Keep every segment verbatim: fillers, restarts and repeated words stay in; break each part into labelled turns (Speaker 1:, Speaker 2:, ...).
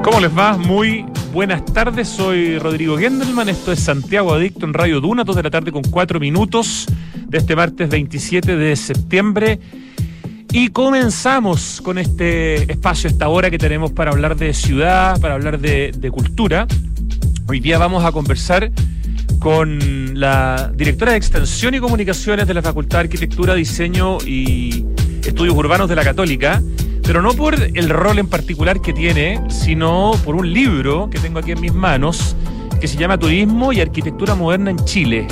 Speaker 1: ¿Cómo les va? Muy buenas tardes, soy Rodrigo Gendelman, esto es Santiago Adicto en Radio Duna, dos de la tarde con cuatro minutos de este martes veintisiete de septiembre. Y comenzamos con este espacio, esta hora que tenemos para hablar de ciudad, para hablar de, de cultura. Hoy día vamos a conversar con la directora de Extensión y Comunicaciones de la Facultad de Arquitectura, Diseño y Estudios Urbanos de la Católica, pero no por el rol en particular que tiene, sino por un libro que tengo aquí en mis manos, que se llama Turismo y Arquitectura Moderna en Chile.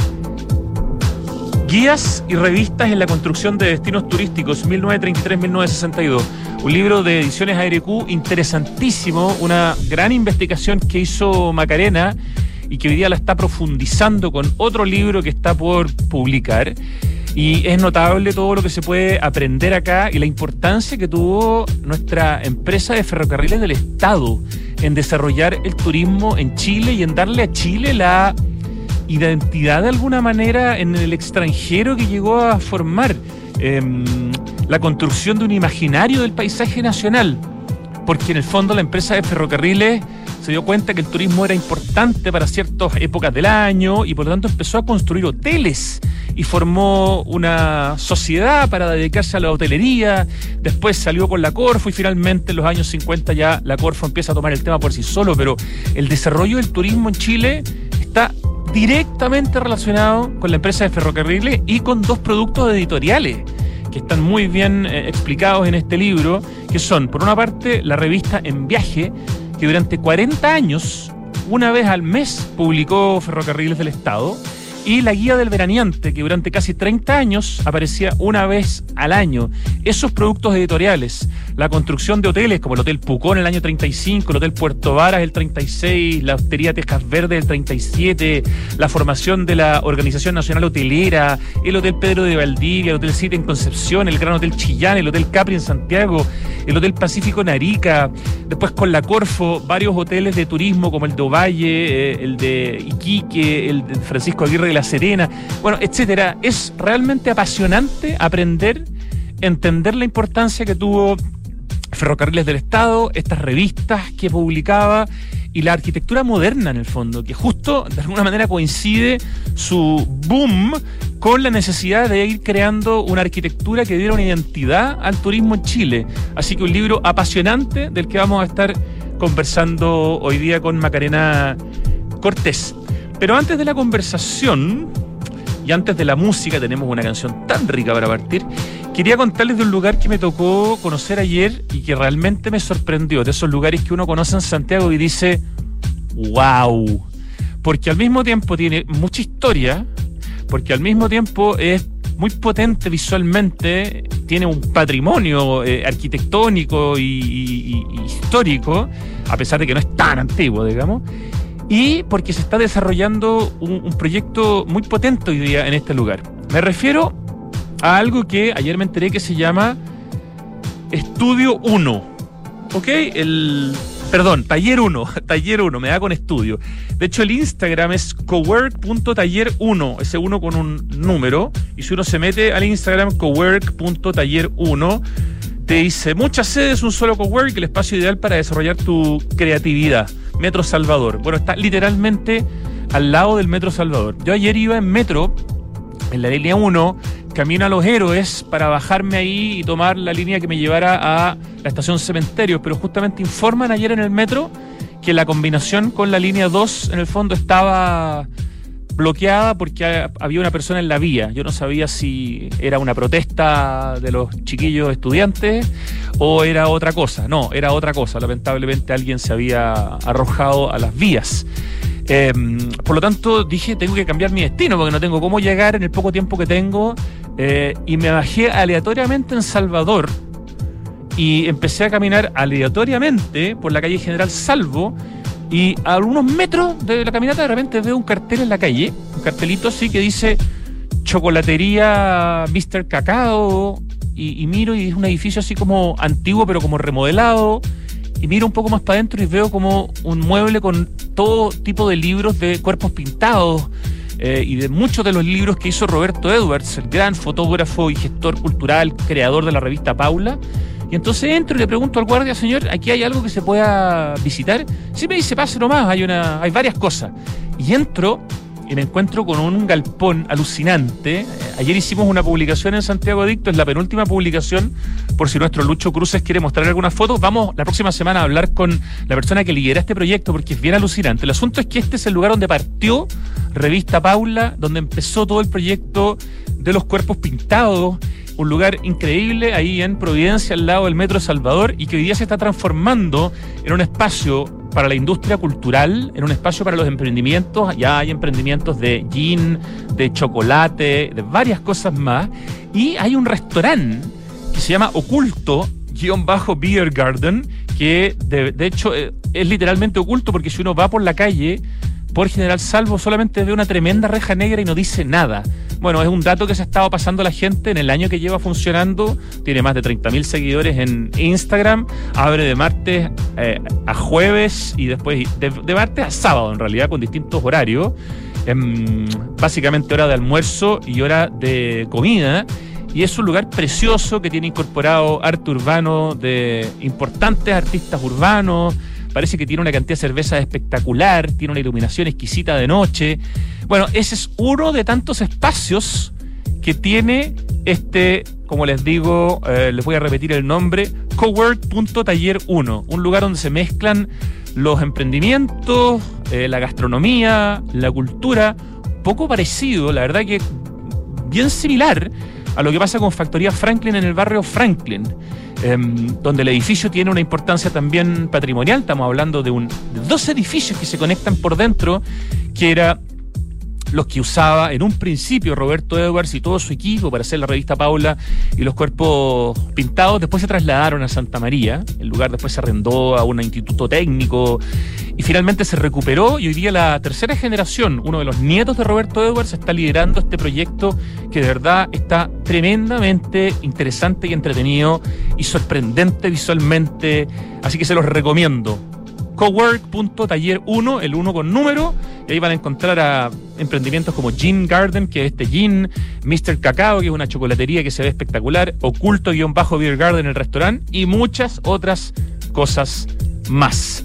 Speaker 1: Guías y revistas en la construcción de destinos turísticos, mil novecientos treinta y tres a mil novecientos sesenta y dos. Un libro de Ediciones A R Q interesantísimo, una gran investigación que hizo Macarena y que hoy día la está profundizando con otro libro que está por publicar. Y es notable todo lo que se puede aprender acá y la importancia que tuvo nuestra empresa de ferrocarriles del Estado en desarrollar el turismo en Chile y en darle a Chile la identidad de alguna manera en el extranjero que llegó a formar eh, la construcción de un imaginario del paisaje nacional. Porque en el fondo la empresa de ferrocarriles se dio cuenta que el turismo era importante para ciertas épocas del año y por lo tanto empezó a construir hoteles y formó una sociedad para dedicarse a la hotelería. Después salió con la Corfo y finalmente en los años cincuenta ya la Corfo empieza a tomar el tema por sí solo, pero el desarrollo del turismo en Chile está directamente relacionado con la empresa de ferrocarriles y con dos productos editoriales que están muy bien eh, explicados en este libro, que son, por una parte, la revista En Viaje, que durante cuarenta años, una vez al mes, publicó Ferrocarriles del Estado, y la Guía del Veraneante, que durante casi treinta años aparecía una vez al año. Esos productos editoriales, la construcción de hoteles como el Hotel Pucón en el año treinta y cinco, el Hotel Puerto Varas el treinta y seis, la Hostería Tejas Verdes el treinta y siete, la formación de la Organización Nacional Hotelera, el Hotel Pedro de Valdivia, el Hotel City en Concepción, el Gran Hotel Chillán, el Hotel Capri en Santiago, el Hotel Pacífico en Arica, después con la Corfo, varios hoteles de turismo como el de Ovalle, eh, el de Iquique, el de Francisco Aguirre de La Serena, bueno, etcétera. Es realmente apasionante aprender, entender la importancia que tuvo Ferrocarriles del Estado, estas revistas que publicaba y la arquitectura moderna en el fondo, que justo de alguna manera coincide su boom con la necesidad de ir creando una arquitectura que diera una identidad al turismo en Chile. Así que un libro apasionante del que vamos a estar conversando hoy día con Macarena Cortés. Pero antes de la conversación y antes de la música, tenemos una canción tan rica para partir, quería contarles de un lugar que me tocó conocer ayer y que realmente me sorprendió, de esos lugares que uno conoce en Santiago y dice ¡wow! Porque al mismo tiempo tiene mucha historia, porque al mismo tiempo es muy potente visualmente, tiene un patrimonio eh, arquitectónico y, y, y histórico, a pesar de que no es tan antiguo, digamos, y porque se está desarrollando un, un proyecto muy potente hoy día en este lugar. Me refiero a algo que ayer me enteré que se llama Estudio uno, ¿ok? El, perdón, Taller uno, Taller uno, me da con estudio. De hecho, el Instagram es cowork punto taller uno, ese uno con un número, y si uno se mete al Instagram cowork punto taller uno, te dice, muchas sedes, un solo cowork, el espacio ideal para desarrollar tu creatividad. Metro Salvador. Bueno, está literalmente al lado del Metro Salvador. Yo ayer iba en metro, en la línea uno, camino a Los Héroes para bajarme ahí y tomar la línea que me llevara a la estación Cementerio, pero justamente informan ayer en el metro que la combinación con la línea dos en el fondo estaba bloqueada porque había una persona en la vía. Yo no sabía si era una protesta de los chiquillos estudiantes o era otra cosa. No, era otra cosa. Lamentablemente alguien se había arrojado a las vías. Eh, por lo tanto dije, tengo que cambiar mi destino porque no tengo cómo llegar en el poco tiempo que tengo, eh, y me bajé aleatoriamente en Salvador y empecé a caminar aleatoriamente por la calle General Salvo. Y a algunos metros de la caminata de repente veo un cartel en la calle, un cartelito así que dice Chocolatería míster Cacao, y, y miro y es un edificio así como antiguo pero como remodelado, y miro un poco más para adentro y veo como un mueble con todo tipo de libros de cuerpos pintados, eh, y de muchos de los libros que hizo Roberto Edwards, el gran fotógrafo y gestor cultural, creador de la revista Paula. Y entonces entro y le pregunto al guardia, señor, ¿aquí hay algo que se pueda visitar? Sí, me dice, pase nomás, hay, una, hay varias cosas. Y entro y me encuentro con un galpón alucinante. Eh, ayer hicimos una publicación en Santiago Adicto, es la penúltima publicación, por si nuestro Lucho Cruces quiere mostrar algunas fotos. Vamos la próxima semana a hablar con la persona que lidera este proyecto, porque es bien alucinante. El asunto es que este es el lugar donde partió Revista Paula, donde empezó todo el proyecto de los cuerpos pintados. Un lugar increíble ahí en Providencia, al lado del Metro Salvador, y que hoy día se está transformando en un espacio para la industria cultural, en un espacio para los emprendimientos. Ya hay emprendimientos de gin, de chocolate, de varias cosas más. Y hay un restaurante que se llama Oculto, guión bajo Beer Garden, que de, de hecho es literalmente oculto, porque si uno va por la calle, por General Salvo, solamente ve una tremenda reja negra y no dice nada. Bueno, es un dato que se ha estado pasando a la gente en el año que lleva funcionando. Tiene más de treinta mil seguidores en Instagram. Abre de martes eh, a jueves y después de, de martes a sábado, en realidad, con distintos horarios. Eh, básicamente hora de almuerzo y hora de comida. Y es un lugar precioso que tiene incorporado arte urbano de importantes artistas urbanos. Parece que tiene una cantidad de cerveza espectacular, tiene una iluminación exquisita de noche. Bueno, ese es uno de tantos espacios que tiene este, como les digo, eh, les voy a repetir el nombre, Cowork punto taller uno, un lugar donde se mezclan los emprendimientos, eh, la gastronomía, la cultura, poco parecido, la verdad que bien similar a lo que pasa con Factoría Franklin en el barrio Franklin. Eh, donde el edificio tiene una importancia también patrimonial. Estamos hablando de, un, de dos edificios que se conectan por dentro, que era los que usaba en un principio Roberto Edwards y todo su equipo para hacer la revista Paula y los cuerpos pintados. Después se trasladaron a Santa María, el lugar después se arrendó a un instituto técnico y finalmente se recuperó, y hoy día la tercera generación, uno de los nietos de Roberto Edwards, está liderando este proyecto que de verdad está tremendamente interesante y entretenido y sorprendente visualmente, así que se los recomiendo. Cowork punto taller uno, el uno con número, y ahí van a encontrar a emprendimientos como Gin Garden, que es este gin, mister Cacao, que es una chocolatería que se ve espectacular, Oculto-Beer Garden, el restaurante, y muchas otras cosas más.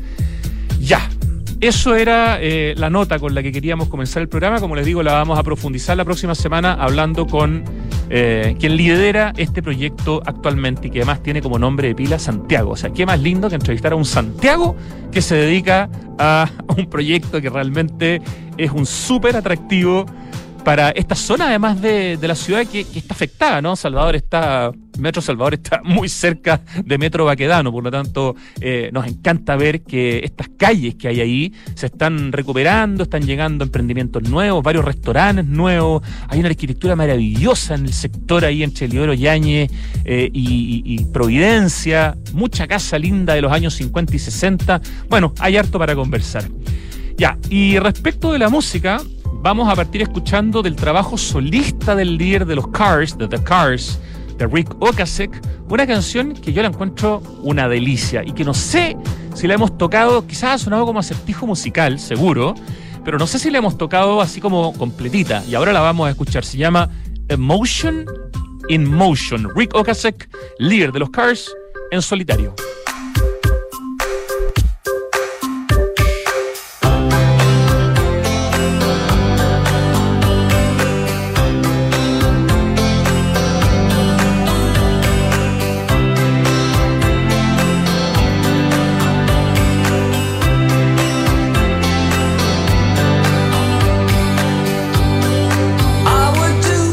Speaker 1: Ya, eso era eh, la nota con la que queríamos comenzar el programa. Como les digo, la vamos a profundizar la próxima semana hablando con eh, quien lidera este proyecto actualmente y que además tiene como nombre de pila Santiago. O sea, qué más lindo que entrevistar a un Santiago que se dedica a un proyecto que realmente es un súper atractivo para esta zona, además de, de la ciudad que, que está afectada, ¿no? Salvador está, Metro Salvador está muy cerca de Metro Baquedano, por lo tanto, eh, nos encanta ver que estas calles que hay ahí se están recuperando, están llegando emprendimientos nuevos, varios restaurantes nuevos, hay una arquitectura maravillosa en el sector ahí entre Eliodoro Yáñez eh, y, y, y Providencia, mucha casa linda de los años cincuenta y sesenta, bueno, hay harto para conversar. Ya, y respecto de la música, vamos a partir escuchando del trabajo solista del líder de los Cars, de The Cars, de Rick Ocasek, una canción que yo la encuentro una delicia y que no sé si la hemos tocado, quizás ha sonado como acertijo musical, seguro, pero no sé si la hemos tocado así como completita, y ahora la vamos a escuchar. Se llama Emotion in Motion. Rick Ocasek, líder de los Cars, en solitario.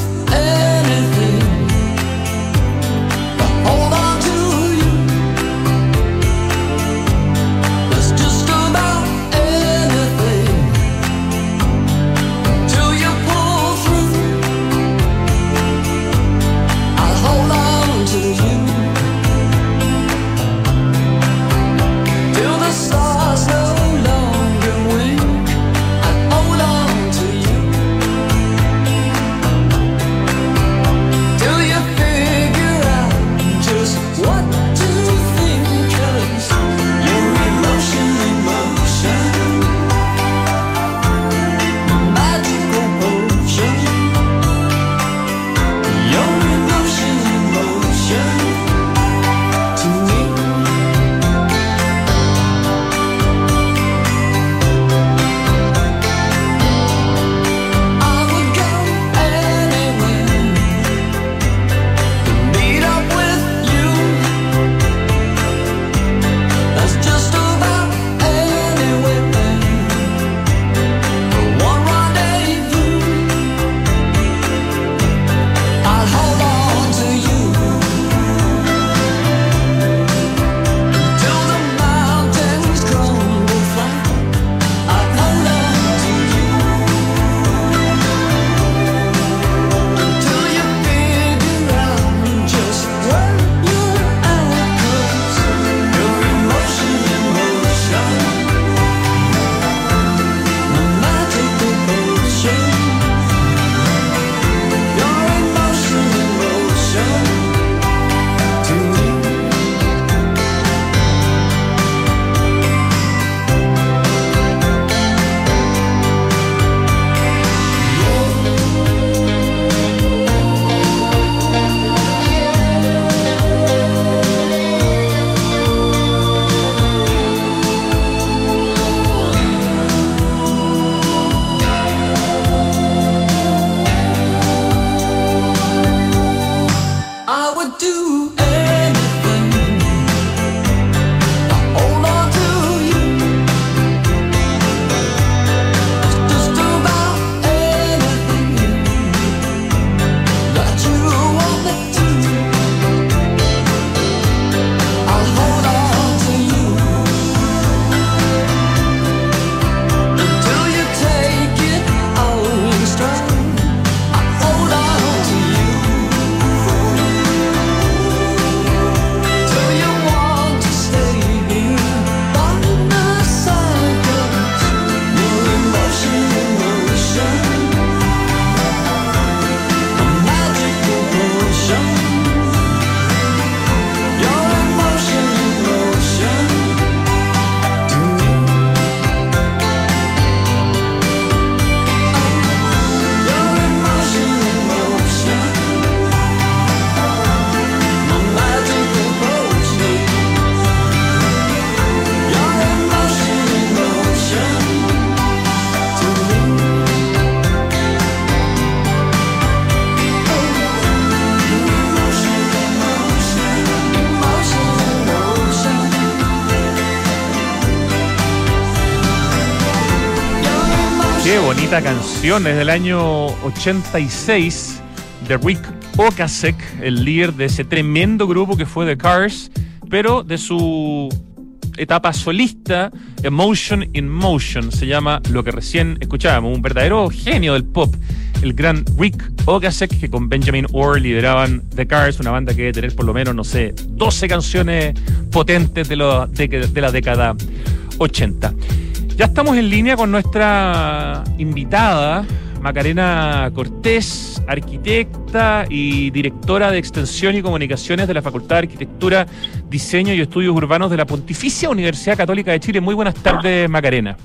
Speaker 2: Hold on to you.
Speaker 1: Qué bonita canción, es del año ochenta y seis, de Rick Ocasek, el líder de ese tremendo grupo que fue The Cars, pero de su etapa solista, Emotion in Motion, se llama lo que recién escuchábamos, un verdadero genio del pop, el gran Rick Ocasek, que con Benjamin Orr lideraban The Cars, una banda que debe tener por lo menos, no sé, doce canciones potentes de, lo, de, de la década ochenta. Ya estamos en línea con nuestra invitada, Macarena Cortés, arquitecta y directora de Extensión y Comunicaciones de la Facultad de Arquitectura, Diseño y Estudios Urbanos de la Pontificia Universidad Católica de Chile. Muy buenas tardes, Macarena.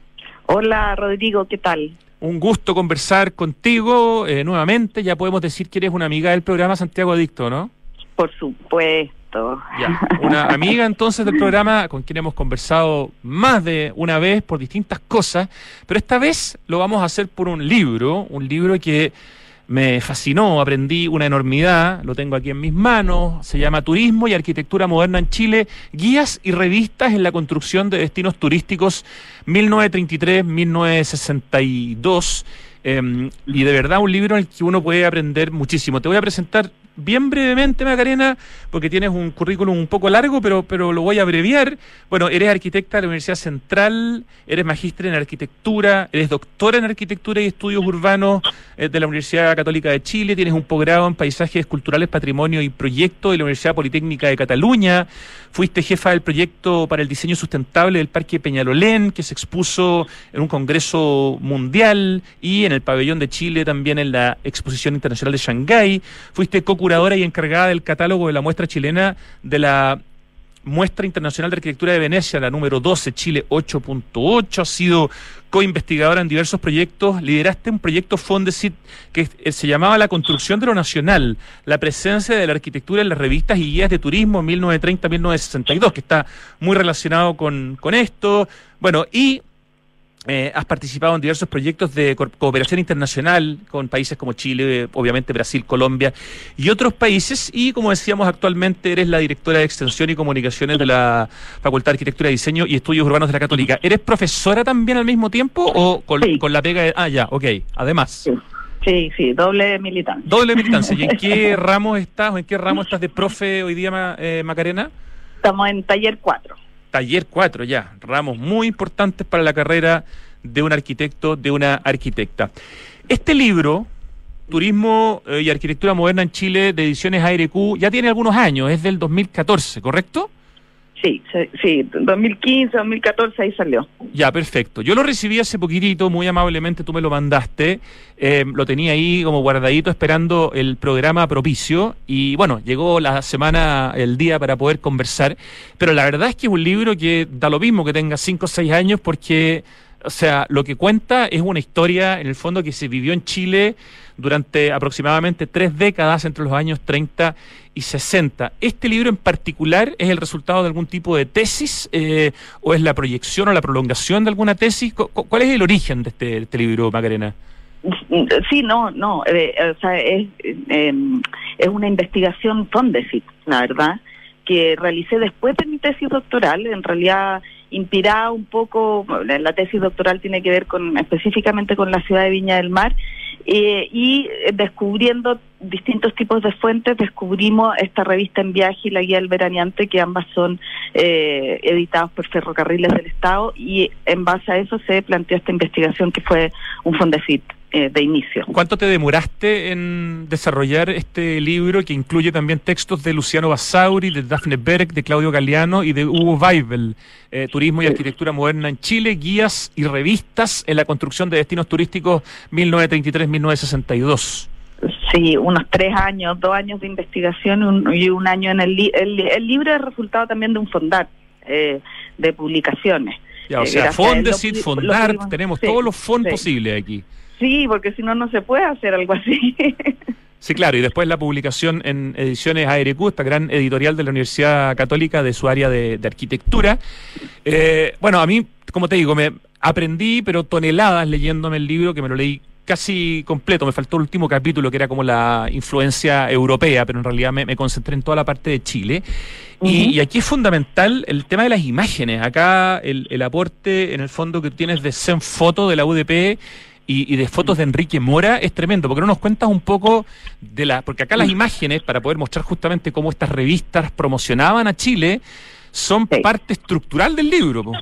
Speaker 2: Hola, Rodrigo, ¿qué tal?
Speaker 1: Un gusto conversar contigo eh, nuevamente. Ya podemos decir que eres una amiga del programa Santiago Adicto, ¿no?
Speaker 2: Por supuesto.
Speaker 1: Ya, una amiga entonces del programa con quien hemos conversado más de una vez por distintas cosas, pero esta vez lo vamos a hacer por un libro, un libro que me fascinó, aprendí una enormidad, lo tengo aquí en mis manos, se llama Turismo y Arquitectura Moderna en Chile, guías y revistas en la construcción de destinos turísticos mil novecientos treinta y tres a mil novecientos sesenta y dos, eh, y de verdad un libro en el que uno puede aprender muchísimo. Te voy a presentar bien brevemente, Macarena, porque tienes un currículum un poco largo, pero, pero lo voy a abreviar. Bueno, eres arquitecta de la Universidad Central, eres magíster en arquitectura, eres doctora en arquitectura y estudios urbanos eh, de la Universidad Católica de Chile, tienes un posgrado en paisajes culturales, patrimonio y proyecto de la Universidad Politécnica de Cataluña, fuiste jefa del proyecto para el diseño sustentable del Parque Peñalolén, que se expuso en un congreso mundial, y en el pabellón de Chile también en la Exposición Internacional de Shanghái, fuiste co curadora y encargada del catálogo de la muestra chilena de la Muestra Internacional de Arquitectura de Venecia, la número doce, Chile ocho punto ocho, has sido coinvestigadora en diversos proyectos, lideraste un proyecto Fondesit que se llamaba La Construcción de lo Nacional, la presencia de la arquitectura en las revistas y guías de turismo en mil novecientos treinta a mil novecientos sesenta y dos, que está muy relacionado con, con esto, bueno, y Eh, has participado en diversos proyectos de co- cooperación internacional con países como Chile, obviamente Brasil, Colombia y otros países, y como decíamos, actualmente eres la directora de Extensión y Comunicaciones de la Facultad de Arquitectura, Diseño y Estudios Urbanos de la Católica. ¿Eres profesora también al mismo tiempo o con,
Speaker 2: sí.
Speaker 1: con la pega de... Ah, ya, ok, además.
Speaker 2: Sí, sí, sí, doble militancia.
Speaker 1: Doble militancia. ¿Y en qué ramos estás o en qué ramo estás de profe hoy día, eh, Macarena?
Speaker 2: Estamos en taller cuatro.
Speaker 1: Taller cuatro, ya, ramos muy importantes para la carrera de un arquitecto, de una arquitecta. Este libro, Turismo eh, y Arquitectura Moderna en Chile, de Ediciones A R Q, ya tiene algunos años, es del dos mil catorce, ¿correcto?
Speaker 2: Sí, sí, sí, dos mil quince, dos mil catorce, ahí salió.
Speaker 1: Ya, perfecto. Yo lo recibí hace poquitito, muy amablemente tú me lo mandaste, eh, lo tenía ahí como guardadito esperando el programa propicio y bueno, llegó la semana, el día para poder conversar, pero la verdad es que es un libro que da lo mismo que tenga cinco o seis años porque, o sea, lo que cuenta es una historia en el fondo que se vivió en Chile durante aproximadamente tres décadas entre los años treinta y sesenta. ¿Este libro en particular es el resultado de algún tipo de tesis eh, o es la proyección o la prolongación de alguna tesis? ¿Cuál es el origen de este, de este libro, Macarena?
Speaker 2: Sí, no, no, eh, o sea, es, eh, es una investigación Fondesit, la verdad, que realicé después de mi tesis doctoral, en realidad inspirada un poco, la tesis doctoral tiene que ver con específicamente con la ciudad de Viña del Mar, eh, y descubriendo distintos tipos de fuentes, descubrimos esta revista En Viaje y la Guía del Veraneante, que ambas son eh, editados por Ferrocarriles del Estado, y en base a eso se planteó esta investigación que fue un Fondesit eh, de inicio.
Speaker 1: ¿Cuánto te demoraste en desarrollar este libro que incluye también textos de Luciano Basauri, de Daphne Berg, de Claudio Galeano y de Hugo Weibel, eh, Turismo y Arquitectura Moderna en Chile, guías y revistas en la construcción de destinos turísticos mil novecientos treinta y tres a mil novecientos sesenta y dos?
Speaker 2: Sí, unos tres años, dos años de investigación un, y un año en el, li el, el libro es resultado también de un fondar eh, de publicaciones.
Speaker 1: Ya, o
Speaker 2: eh,
Speaker 1: sea, Fondesit, Fondar,
Speaker 2: lo,
Speaker 1: tenemos
Speaker 2: sí,
Speaker 1: todos los fondos
Speaker 2: sí.
Speaker 1: posibles aquí.
Speaker 2: Sí, porque si no, no se puede hacer algo así.
Speaker 1: Sí, claro, y después la publicación en Ediciones A R Q, esta gran editorial de la Universidad Católica de su área de, de arquitectura. Eh, bueno, a mí, como te digo, me aprendí, pero toneladas leyéndome el libro, que me lo leí casi completo. Me faltó el último capítulo, que era como la influencia europea, pero en realidad me, me concentré en toda la parte de Chile. Uh-huh. Y, y aquí es fundamental el tema de las imágenes. Acá el, el aporte, en el fondo, que tienes de Zenfoto de la U D P y, y de fotos de Enrique Mora es tremendo. ¿Por qué no nos cuentas un poco de la...? Porque acá las imágenes, para poder mostrar justamente cómo estas revistas promocionaban a Chile, son sí. parte estructural del libro, po.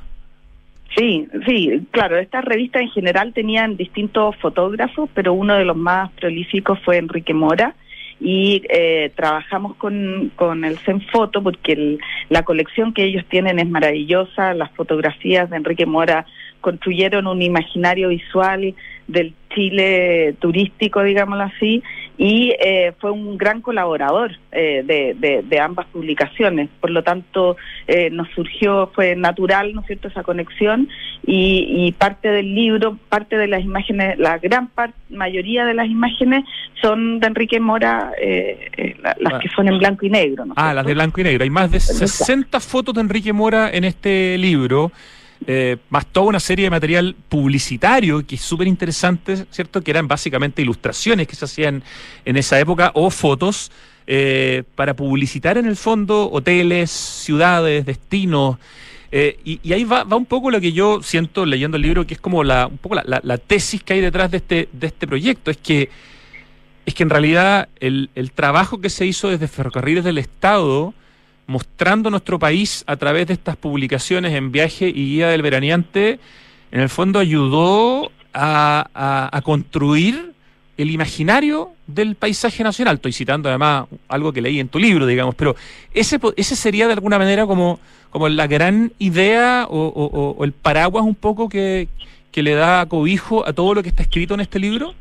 Speaker 2: Sí, sí, claro, estas revistas en general tenían distintos fotógrafos, pero uno de los más prolíficos fue Enrique Mora, y eh, trabajamos con, con el Zenfoto porque el, la colección que ellos tienen es maravillosa. Las fotografías de Enrique Mora construyeron un imaginario visual del Chile turístico, digámoslo así, y eh, fue un gran colaborador eh, de, de, de ambas publicaciones. Por lo tanto, eh, nos surgió, fue natural, ¿no es cierto?, esa conexión, y, y parte del libro, parte de las imágenes, la gran par- mayoría de las imágenes son de Enrique Mora, eh, eh, la, las ah. que son en blanco y negro, ¿no?
Speaker 1: Ah, las de blanco y negro. Hay más de sesenta fotos de Enrique Mora en este libro. Eh, más toda una serie de material publicitario que es súper interesante, ¿cierto? Que eran básicamente ilustraciones que se hacían en esa época o fotos eh, para publicitar en el fondo hoteles, ciudades, destinos. Eh, y, y ahí va, va un poco lo que yo siento leyendo el libro, que es como la, un poco la, la, la tesis que hay detrás de este, de este proyecto. Es que, es que en realidad el, el trabajo que se hizo desde Ferrocarriles del Estado, mostrando nuestro país a través de estas publicaciones en Viaje y Guía del Veraneante, en el fondo ayudó a, a, a construir el imaginario del paisaje nacional. Estoy citando además algo que leí en tu libro, digamos, pero ese ese sería de alguna manera como, como la gran idea o, o, o el paraguas un poco que, que le da cobijo a todo lo que está escrito en este libro.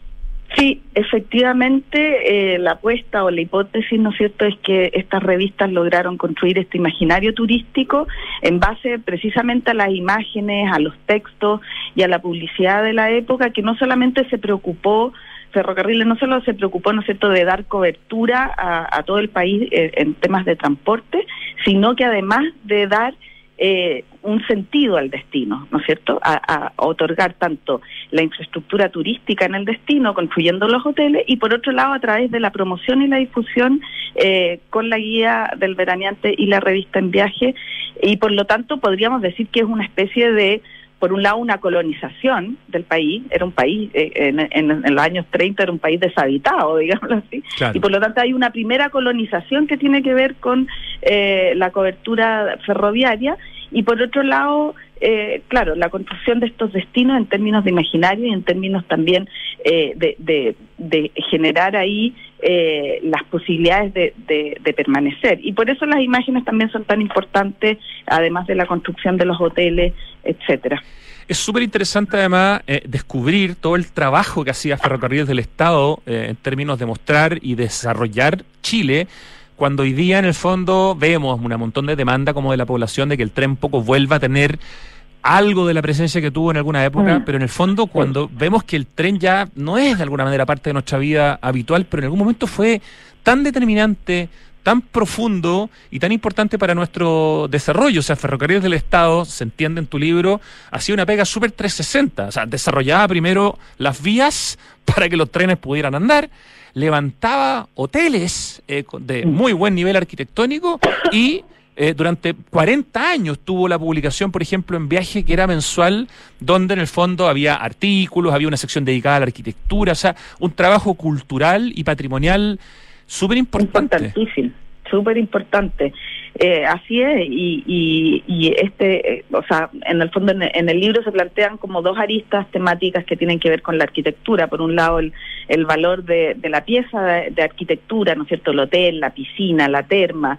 Speaker 2: Sí, efectivamente, eh, la apuesta o la hipótesis, ¿no es cierto?, es que estas revistas lograron construir este imaginario turístico en base precisamente a las imágenes, a los textos y a la publicidad de la época, que no solamente se preocupó, Ferrocarriles no solo se preocupó, ¿no es cierto?, de dar cobertura a, a todo el país eh, en temas de transporte, sino que además de dar Eh, un sentido al destino, ¿no es cierto?, a, a otorgar tanto la infraestructura turística en el destino, construyendo los hoteles, y por otro lado a través de la promoción y la difusión eh, con la guía del veraneante y la revista En Viaje, y por lo tanto podríamos decir que es una especie de, por un lado, una colonización del país. Era un país, eh, en, en, en los años treinta era un país deshabitado, digámoslo así, claro. Y por lo tanto hay una primera colonización que tiene que ver con eh, la cobertura ferroviaria, y por otro lado, eh, claro, la construcción de estos destinos en términos de imaginario y en términos también eh, de, de, de generar ahí eh, las posibilidades de, de, de permanecer. Y por eso las imágenes también son tan importantes, además de la construcción de los hoteles, etcétera.
Speaker 1: Es súper interesante además eh, descubrir todo el trabajo que hacía Ferrocarriles del Estado eh, en términos de mostrar y desarrollar Chile, cuando hoy día en el fondo vemos un montón de demanda como de la población de que el tren poco vuelva a tener algo de la presencia que tuvo en alguna época, mm. pero en el fondo cuando vemos que el tren ya no es de alguna manera parte de nuestra vida habitual, pero en algún momento fue tan determinante, tan profundo y tan importante para nuestro desarrollo. O sea, Ferrocarriles del Estado, se entiende en tu libro, hacía una pega súper trescientos sesenta, o sea, desarrollaba primero las vías para que los trenes pudieran andar, levantaba hoteles eh, de muy buen nivel arquitectónico y eh, durante cuarenta años tuvo la publicación, por ejemplo, En Viaje, que era mensual, donde en el fondo había artículos, había una sección dedicada a la arquitectura, o sea, un trabajo cultural y patrimonial súper importante.
Speaker 2: Importantísimo, súper importante. Eh, así es, y, y, y este, eh, o sea, en el fondo en, en el libro se plantean como dos aristas temáticas que tienen que ver con la arquitectura. Por un lado, el, el valor de, de la pieza de, de arquitectura, ¿no es cierto?, el hotel, la piscina, la terma,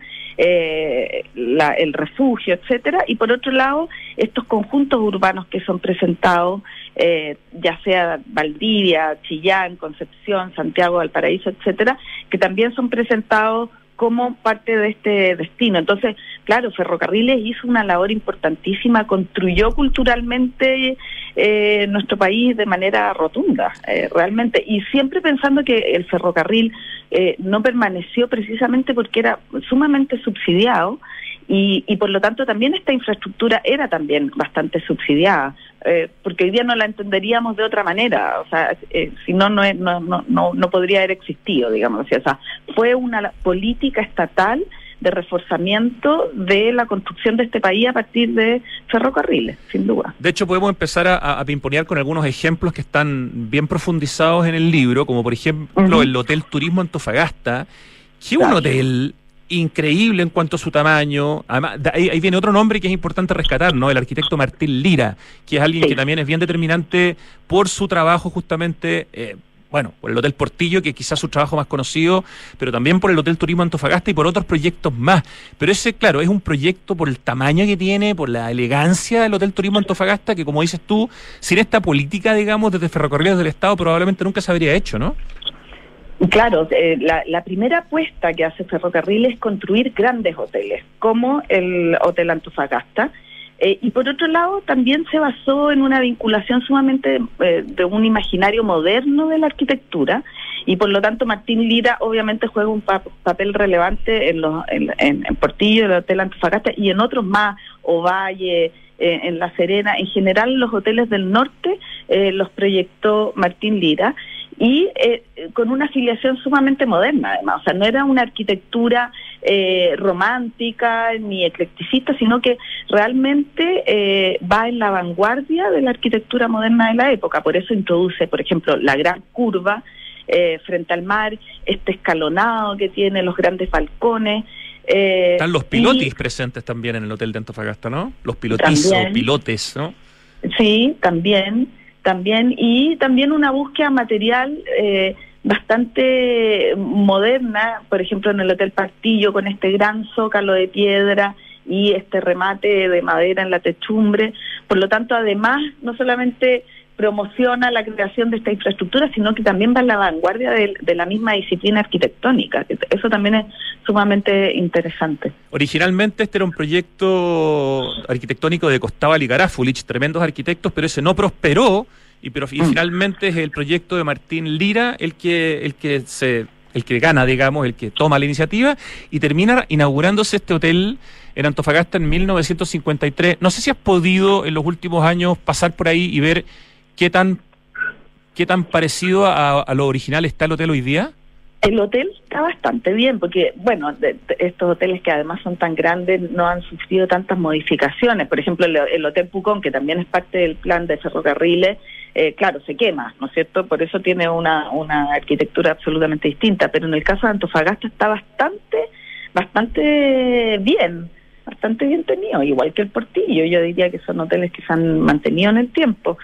Speaker 2: eh, la, el refugio, etcétera, y por otro lado, estos conjuntos urbanos que son presentados, eh, ya sea Valdivia, Chillán, Concepción, Santiago, Valparaíso, etcétera, que también son presentados como parte de este destino. Entonces, claro, Ferrocarriles hizo una labor importantísima, construyó culturalmente eh, nuestro país de manera rotunda, eh, realmente, y siempre pensando que el ferrocarril eh, no permaneció precisamente porque era sumamente subsidiado, y, y por lo tanto también esta infraestructura era también bastante subsidiada, eh, porque hoy día no la entenderíamos de otra manera, o sea, eh, si no, no, no, no, no, no podría haber existido, digamos, o sea, fue una política estatal de reforzamiento de la construcción de este país a partir de ferrocarriles, sin duda.
Speaker 1: De hecho, podemos empezar a, a pimponear con algunos ejemplos que están bien profundizados en el libro, como por ejemplo uh-huh. el Hotel Turismo Antofagasta, que es un hotel increíble en cuanto a su tamaño. Además, ahí, ahí viene otro nombre que es importante rescatar, ¿no? El arquitecto Martín Lira, que es alguien sí. que también es bien determinante por su trabajo justamente, eh, bueno, por el Hotel Portillo, que es quizás su trabajo más conocido, pero también por el Hotel Turismo Antofagasta y por otros proyectos más. Pero ese, claro, es un proyecto por el tamaño que tiene, por la elegancia del Hotel Turismo Antofagasta, que como dices tú, sin esta política, digamos, desde Ferrocarriles del Estado, probablemente nunca se habría hecho, ¿no?
Speaker 2: Claro, eh, la, la primera apuesta que hace Ferrocarril es construir grandes hoteles, como el Hotel Antofagasta, eh, y por otro lado también se basó en una vinculación sumamente eh, de un imaginario moderno de la arquitectura, y por lo tanto Martín Lira obviamente juega un pa- papel relevante en, los, en, en, en Portillo, el Hotel Antofagasta, y en otros más, Ovalle, eh, en La Serena. En general los hoteles del norte eh, los proyectó Martín Lira, y eh, con una afiliación sumamente moderna además, o sea, no era una arquitectura eh, romántica ni eclecticista, sino que realmente eh, va en la vanguardia de la arquitectura moderna de la época. Por eso introduce, por ejemplo, la gran curva eh, frente al mar, este escalonado que tiene, los grandes balcones.
Speaker 1: Eh, Están los pilotis y, presentes también en el Hotel de Antofagasta, ¿no? Los pilotizos, también, pilotes, ¿no?
Speaker 2: Sí, también. También, y también una búsqueda material eh, bastante moderna, por ejemplo en el Hotel Portillo, con este gran zócalo de piedra y este remate de madera en la techumbre. Por lo tanto, además, no solamente promociona la creación de esta infraestructura, sino que también va a la vanguardia de, de la misma disciplina arquitectónica. Eso también es sumamente interesante.
Speaker 1: Originalmente este era un proyecto arquitectónico de Costaba y Garáfulich, tremendos arquitectos, pero ese no prosperó, y pero y mm. finalmente es el proyecto de Martín Lira el que el que se el que gana, digamos, el que toma la iniciativa, y termina inaugurándose este hotel en Antofagasta en mil novecientos cincuenta y tres. No sé si has podido en los últimos años pasar por ahí y ver qué tan qué tan parecido a, a lo original está el hotel hoy día.
Speaker 2: El hotel está bastante bien, porque, bueno, de, de estos hoteles que además son tan grandes no han sufrido tantas modificaciones. Por ejemplo, el, el Hotel Pucón, que también es parte del plan de ferrocarriles, eh, claro, se quema, ¿no es cierto? Por eso tiene una, una arquitectura absolutamente distinta. Pero en el caso de Antofagasta está bastante, bastante bien, bastante bien tenido, igual que el Portillo. Yo diría que son hoteles que se han mantenido en el tiempo.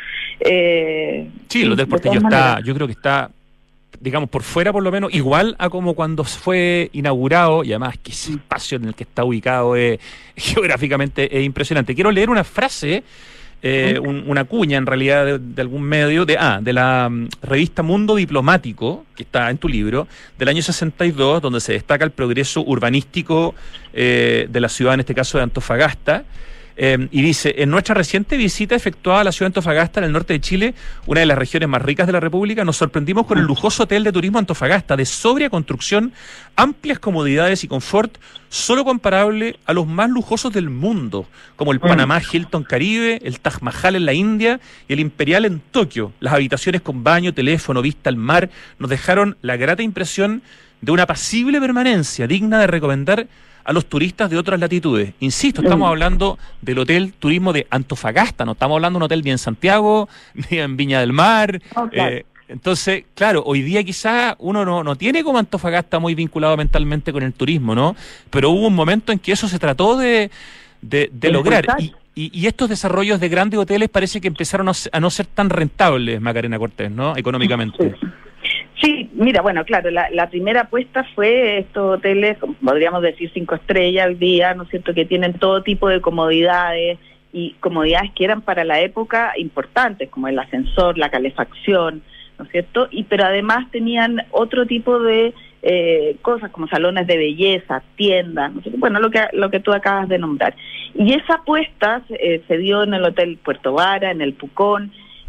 Speaker 2: Eh,
Speaker 1: sí, el Hotel Portillo está, yo creo que está, digamos, por fuera por lo menos, igual a como cuando fue inaugurado, y además que ese espacio en el que está ubicado es, geográficamente es impresionante. Quiero leer una frase, eh, un, una cuña en realidad de, de algún medio, de ah, de la um, revista Mundo Diplomático, que está en tu libro, del año sesenta y dos, donde se destaca el progreso urbanístico eh, de la ciudad, en este caso de Antofagasta. Eh, y dice: en nuestra reciente visita efectuada a la ciudad de Antofagasta, en el norte de Chile, una de las regiones más ricas de la República, nos sorprendimos con el lujoso hotel de turismo Antofagasta, de sobria construcción, amplias comodidades y confort, solo comparable a los más lujosos del mundo, como el Panamá Hilton Caribe, el Taj Mahal en la India y el Imperial en Tokio. Las habitaciones con baño, teléfono, vista al mar, nos dejaron la grata impresión de una apacible permanencia digna de recomendar a los turistas de otras latitudes. Insisto, estamos hablando del Hotel Turismo de Antofagasta, no estamos hablando de un hotel ni en Santiago, ni en Viña del Mar. Okay. Eh, entonces, claro, hoy día quizás uno no, no tiene como Antofagasta muy vinculado mentalmente con el turismo, ¿no? Pero hubo un momento en que eso se trató de, de, de lograr. Y, y, y estos desarrollos de grandes hoteles parece que empezaron a, a no ser tan rentables, Macarena Cortés, ¿no? Económicamente.
Speaker 2: Sí. Sí, mira, bueno, claro, la, la primera apuesta fue estos hoteles, podríamos decir cinco estrellas al día, ¿no es cierto?, que tienen todo tipo de comodidades, y comodidades que eran para la época importantes, como el ascensor, la calefacción, ¿no es cierto?, y pero además tenían otro tipo de eh, cosas como salones de belleza, tiendas, ¿no es cierto?, bueno, lo que lo que tú acabas de nombrar. Y esa apuesta eh, se dio en el Hotel Puerto Vara, en el Pucón,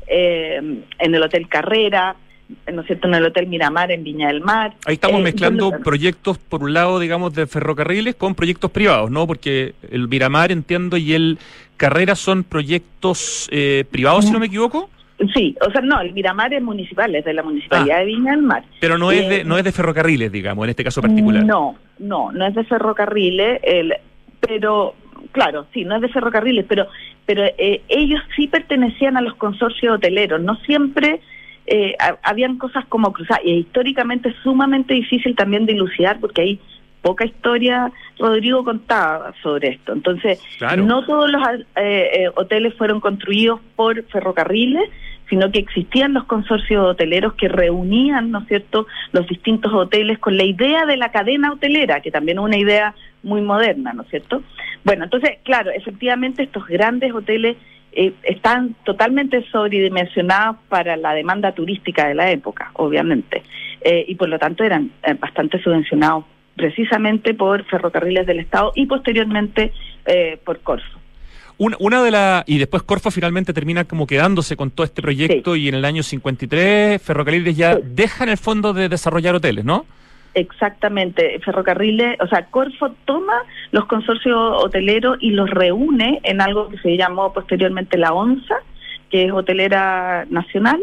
Speaker 2: eh, en el Hotel Carrera, ¿no es cierto?, en el Hotel Miramar en Viña del Mar.
Speaker 1: Ahí estamos
Speaker 2: eh,
Speaker 1: mezclando
Speaker 2: bueno,
Speaker 1: proyectos, por un lado, digamos, de ferrocarriles con proyectos privados, ¿no? Porque el Miramar, entiendo, y el Carrera son proyectos eh, privados, si no me equivoco.
Speaker 2: Sí, o sea, no, el Miramar es municipal, es de la Municipalidad
Speaker 1: Ah,
Speaker 2: de Viña del Mar.
Speaker 1: Pero no
Speaker 2: eh,
Speaker 1: es de no es de ferrocarriles, digamos, en este caso particular.
Speaker 2: No, no, no es de ferrocarriles, el, pero, claro, sí, no es de ferrocarriles, pero, pero eh, ellos sí pertenecían a los consorcios hoteleros, no siempre... Eh, habían cosas como cruzadas, y históricamente es sumamente difícil también dilucidar porque hay poca historia. Rodrigo contaba sobre esto, entonces
Speaker 1: Claro.
Speaker 2: no todos los eh, eh, hoteles fueron construidos por ferrocarriles, sino que existían los consorcios hoteleros que reunían, ¿no es cierto?, los distintos hoteles con la idea de la cadena hotelera, que también es una idea muy moderna, ¿no es cierto? Bueno, entonces, claro, efectivamente estos grandes hoteles Eh, están totalmente sobredimensionados para la demanda turística de la época, obviamente, eh, y por lo tanto eran eh, bastante subvencionados precisamente por Ferrocarriles del Estado y posteriormente eh, por Corfo.
Speaker 1: Una, una de las... Y después Corfo finalmente termina como quedándose con todo este proyecto, sí. Y en el año cincuenta y tres Ferrocarriles ya sí. deja en el fondo de desarrollar hoteles, ¿no?
Speaker 2: Exactamente, Ferrocarriles, o sea, Corfo toma los consorcios hoteleros y los reúne en algo que se llamó posteriormente la ONSA, que es Hotelera Nacional,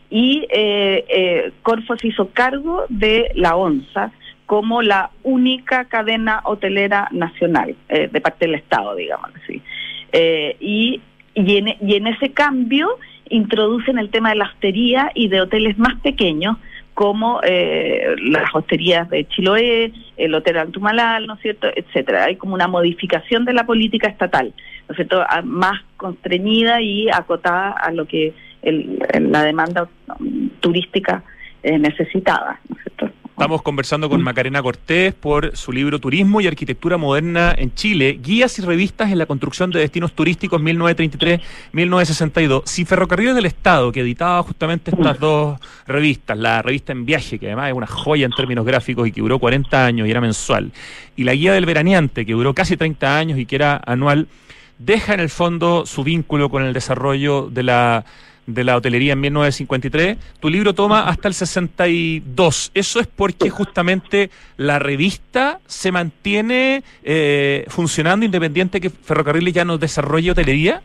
Speaker 2: y eh, eh, Corfo se hizo cargo de la ONSA como la única cadena hotelera nacional, eh, de parte del Estado, digamos así. Eh, y, y, en, y en ese cambio introducen el tema de la hostería y de hoteles más pequeños, como eh, las hosterías de Chiloé, el Hotel Antumalal, ¿no es cierto?, etcétera. Hay como una modificación de la política estatal, ¿no es cierto?, a, más constreñida y acotada a lo que el, la demanda turística eh, necesitaba, ¿no es cierto?
Speaker 1: Estamos conversando con Macarena Cortés por su libro Turismo y Arquitectura Moderna en Chile, guías y revistas en la construcción de destinos turísticos mil novecientos treinta y tres a mil novecientos sesenta y dos. Si Ferrocarriles del Estado, que editaba justamente estas dos revistas, la revista En Viaje, que además es una joya en términos gráficos y que duró cuarenta años y era mensual, y la Guía del Veraneante, que duró casi treinta años y que era anual, deja en el fondo su vínculo con el desarrollo de la de la hotelería en mil novecientos cincuenta y tres, tu libro toma hasta el sesenta y dos. ¿Eso es porque justamente la revista se mantiene eh, funcionando independiente que Ferrocarriles ya no desarrolle hotelería?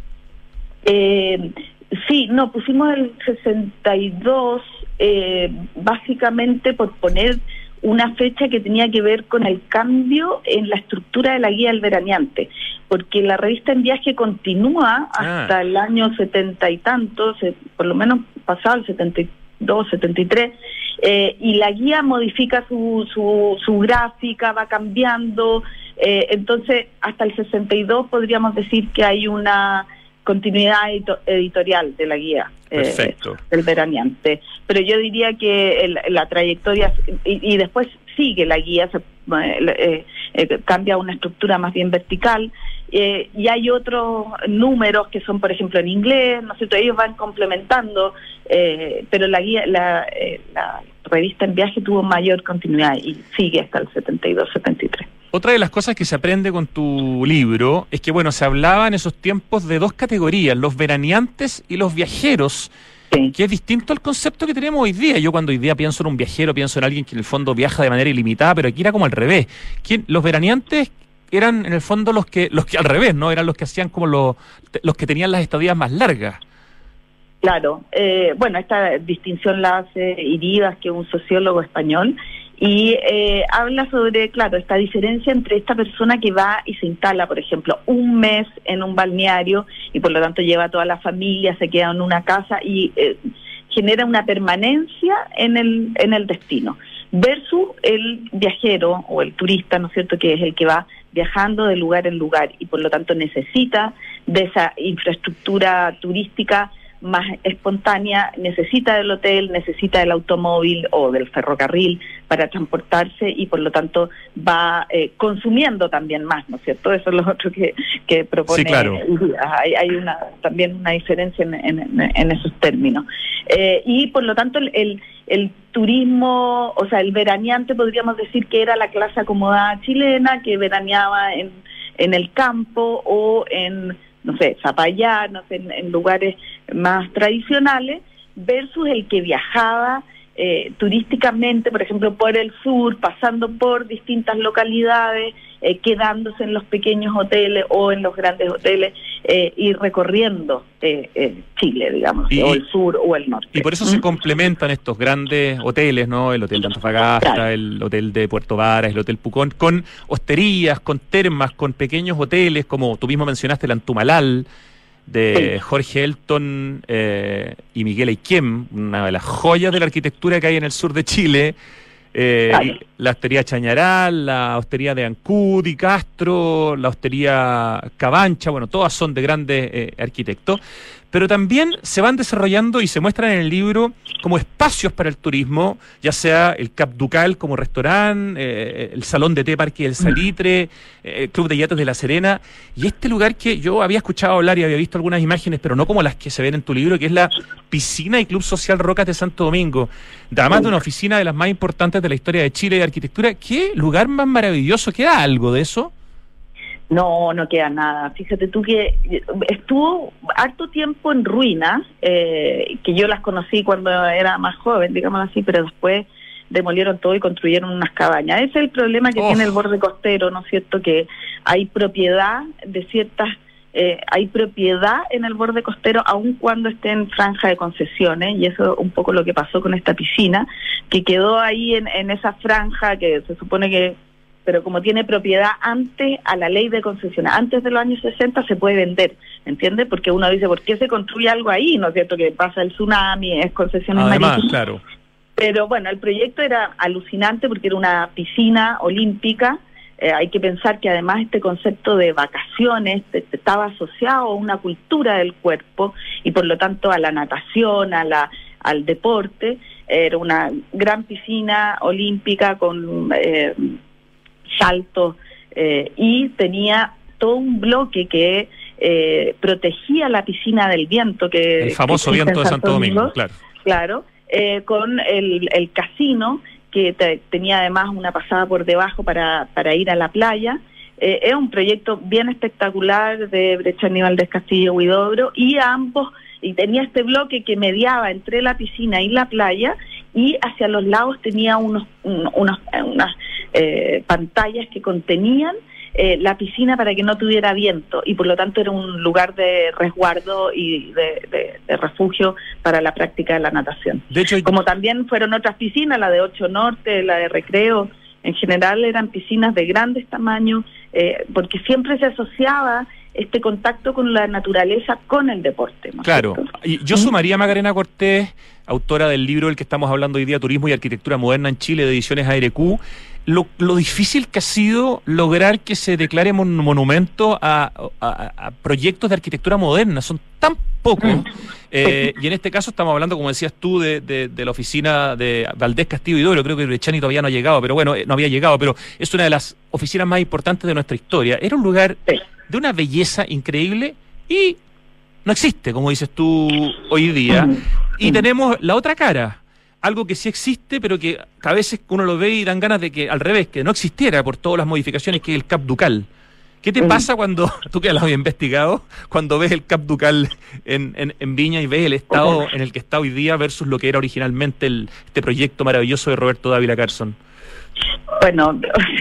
Speaker 2: Eh, sí, no, pusimos el sesenta y dos eh, básicamente por poner una fecha que tenía que ver con el cambio en la estructura de la Guía del Veraneante, porque la revista En Viaje continúa hasta ah. el año setenta y tantos, por lo menos pasado el setenta y dos, setenta y tres, eh, y la guía modifica su, su, su gráfica, va cambiando, eh, entonces hasta el sesenta y dos podríamos decir que hay una continuidad editorial de la guía eh, del veraneante, pero yo diría que el, la trayectoria y, y después sigue la guía, se, eh, eh, cambia a una estructura más bien vertical, eh, y hay otros números que son, por ejemplo, en inglés, ¿no es cierto? Ellos van complementando, eh, pero la guía, la, eh, la revista En Viaje tuvo mayor continuidad y sigue hasta el setenta y dos, setenta y tres.
Speaker 1: Otra de las cosas que se aprende con tu libro es que, bueno, se hablaba en esos tiempos de dos categorías, los veraneantes y los viajeros, sí. que es distinto al concepto que tenemos hoy día. Yo cuando hoy día pienso en un viajero, pienso en alguien que en el fondo viaja de manera ilimitada, pero aquí era como al revés. ¿Quién? Los veraneantes eran en el fondo los que, los que al revés, ¿no? Eran los que hacían como los, los que tenían las estadías más largas.
Speaker 2: Claro, eh, bueno, esta distinción la hace Iribas, que es un sociólogo español, y eh, habla sobre, claro, esta diferencia entre esta persona que va y se instala, por ejemplo, un mes en un balneario y por lo tanto lleva a toda la familia, se queda en una casa y eh, genera una permanencia en el en el destino, versus el viajero o el turista, ¿no es cierto?, que es el que va viajando de lugar en lugar y por lo tanto necesita de esa infraestructura turística más espontánea, necesita del hotel, necesita del automóvil o del ferrocarril para transportarse y por lo tanto va eh, consumiendo también más, ¿no es cierto? Eso es lo otro que, que propone.
Speaker 1: Sí, claro.
Speaker 2: Hay, hay una también una diferencia en, en, en esos términos. Eh, y por lo tanto el, el, el turismo, o sea, el veraneante podríamos decir que era la clase acomodada chilena que veraneaba en, en el campo o en no sé, zapayanos, en, en lugares más tradicionales, versus el que viajaba eh, turísticamente, por ejemplo, por el sur, pasando por distintas localidades, eh, quedándose en los pequeños hoteles o en los grandes hoteles eh, y recorriendo eh, eh, Chile, digamos,
Speaker 1: y,
Speaker 2: o el sur o el norte.
Speaker 1: Y por eso
Speaker 2: ¿Mm?
Speaker 1: se complementan estos grandes hoteles, ¿no? El Hotel de Antofagasta, claro, el Hotel de Puerto Varas, el Hotel Pucón, con hosterías, con termas, con pequeños hoteles, como tú mismo mencionaste, el Antumalal, de sí. Jorge Elton eh, y Miguel Eiquem, una de las joyas de la arquitectura que hay en el sur de Chile, eh, claro. La hostería Chañaral, la hostería de Ancud y Castro, la hostería Cabancha, bueno, todas son de grandes eh, arquitectos, pero también se van desarrollando y se muestran en el libro como espacios para el turismo, ya sea el Cap Ducal como restaurante, eh, el Salón de Té Parque del Salitre, eh, el Club de Yates de La Serena, y este lugar que yo había escuchado hablar y había visto algunas imágenes, pero no como las que se ven en tu libro, que es la Piscina y Club Social Rocas de Santo Domingo, además de una oficina de las más importantes de la historia de Chile de arquitectura. ¿Qué lugar más maravilloso? ¿Queda algo de eso?
Speaker 2: No, no queda nada. Fíjate tú que estuvo harto tiempo en ruinas, eh, que yo las conocí cuando era más joven, digamos así, pero después demolieron todo y construyeron unas cabañas. Ese es el problema que oh. tiene el borde costero, ¿no es cierto? Que hay propiedad de ciertas, eh, hay propiedad en el borde costero, aun cuando esté en franja de concesiones, y eso es un poco lo que pasó con esta piscina, que quedó ahí en, en esa franja que se supone que, pero como tiene propiedad antes a la ley de concesiones, antes de los años sesenta se puede vender, ¿entiendes? Porque uno dice, ¿por qué se construye algo ahí? ¿No es cierto? Que pasa el tsunami, es concesiones
Speaker 1: Además,
Speaker 2: marítimas.
Speaker 1: Claro.
Speaker 2: Pero bueno, el proyecto era alucinante porque era una piscina olímpica. Eh, hay que pensar que además este concepto de vacaciones te, te estaba asociado a una cultura del cuerpo y por lo tanto a la natación, a la al deporte. Era una gran piscina olímpica con eh, saltos eh, y tenía todo un bloque que eh, protegía la piscina del viento, que
Speaker 1: el famoso
Speaker 2: que
Speaker 1: viento de Santo Domingo, Domingo claro.
Speaker 2: Claro, eh, con el, el casino, que te, tenía además una pasada por debajo para, para ir a la playa. Eh, es un proyecto bien espectacular de Brecha Aníbal de Castillo Huidobro, y a ambos, y tenía este bloque que mediaba entre la piscina y la playa, y hacia los lados tenía unos, un, unos unas eh, pantallas que contenían eh, la piscina para que no tuviera viento, y por lo tanto era un lugar de resguardo y de, de, de refugio para la práctica de la natación.
Speaker 1: De hecho,
Speaker 2: como también fueron otras piscinas, la de Ocho Norte, la de Recreo, en general eran piscinas de grandes tamaños, eh, porque siempre se asociaba este contacto con la naturaleza con el deporte, ¿no?
Speaker 1: Claro, y yo sumaría a Macarena Cortés, autora del libro del que estamos hablando hoy día, Turismo y Arquitectura Moderna en Chile, de Ediciones A R Q, lo, lo difícil que ha sido lograr que se declare mon monumento a, a, a proyectos de arquitectura moderna. Son tan pocos, eh, y en este caso estamos hablando, como decías tú, de, de, de la oficina de Valdés Castillo Huidobro. Creo que Brechani todavía no ha llegado, pero bueno, no había llegado, pero es una de las oficinas más importantes de nuestra historia. Era un lugar de una belleza increíble y no existe, como dices tú, hoy día. Y tenemos la otra cara, algo que sí existe, pero que a veces uno lo ve y dan ganas de que, al revés, que no existiera por todas las modificaciones, que es el Cap Ducal. ¿Qué te pasa cuando, tú que lo habías investigado, cuando ves el Cap Ducal en, en, en Viña y ves el estado en el que está hoy día versus lo que era originalmente el, este proyecto maravilloso de Roberto Dávila Carson?
Speaker 2: Bueno,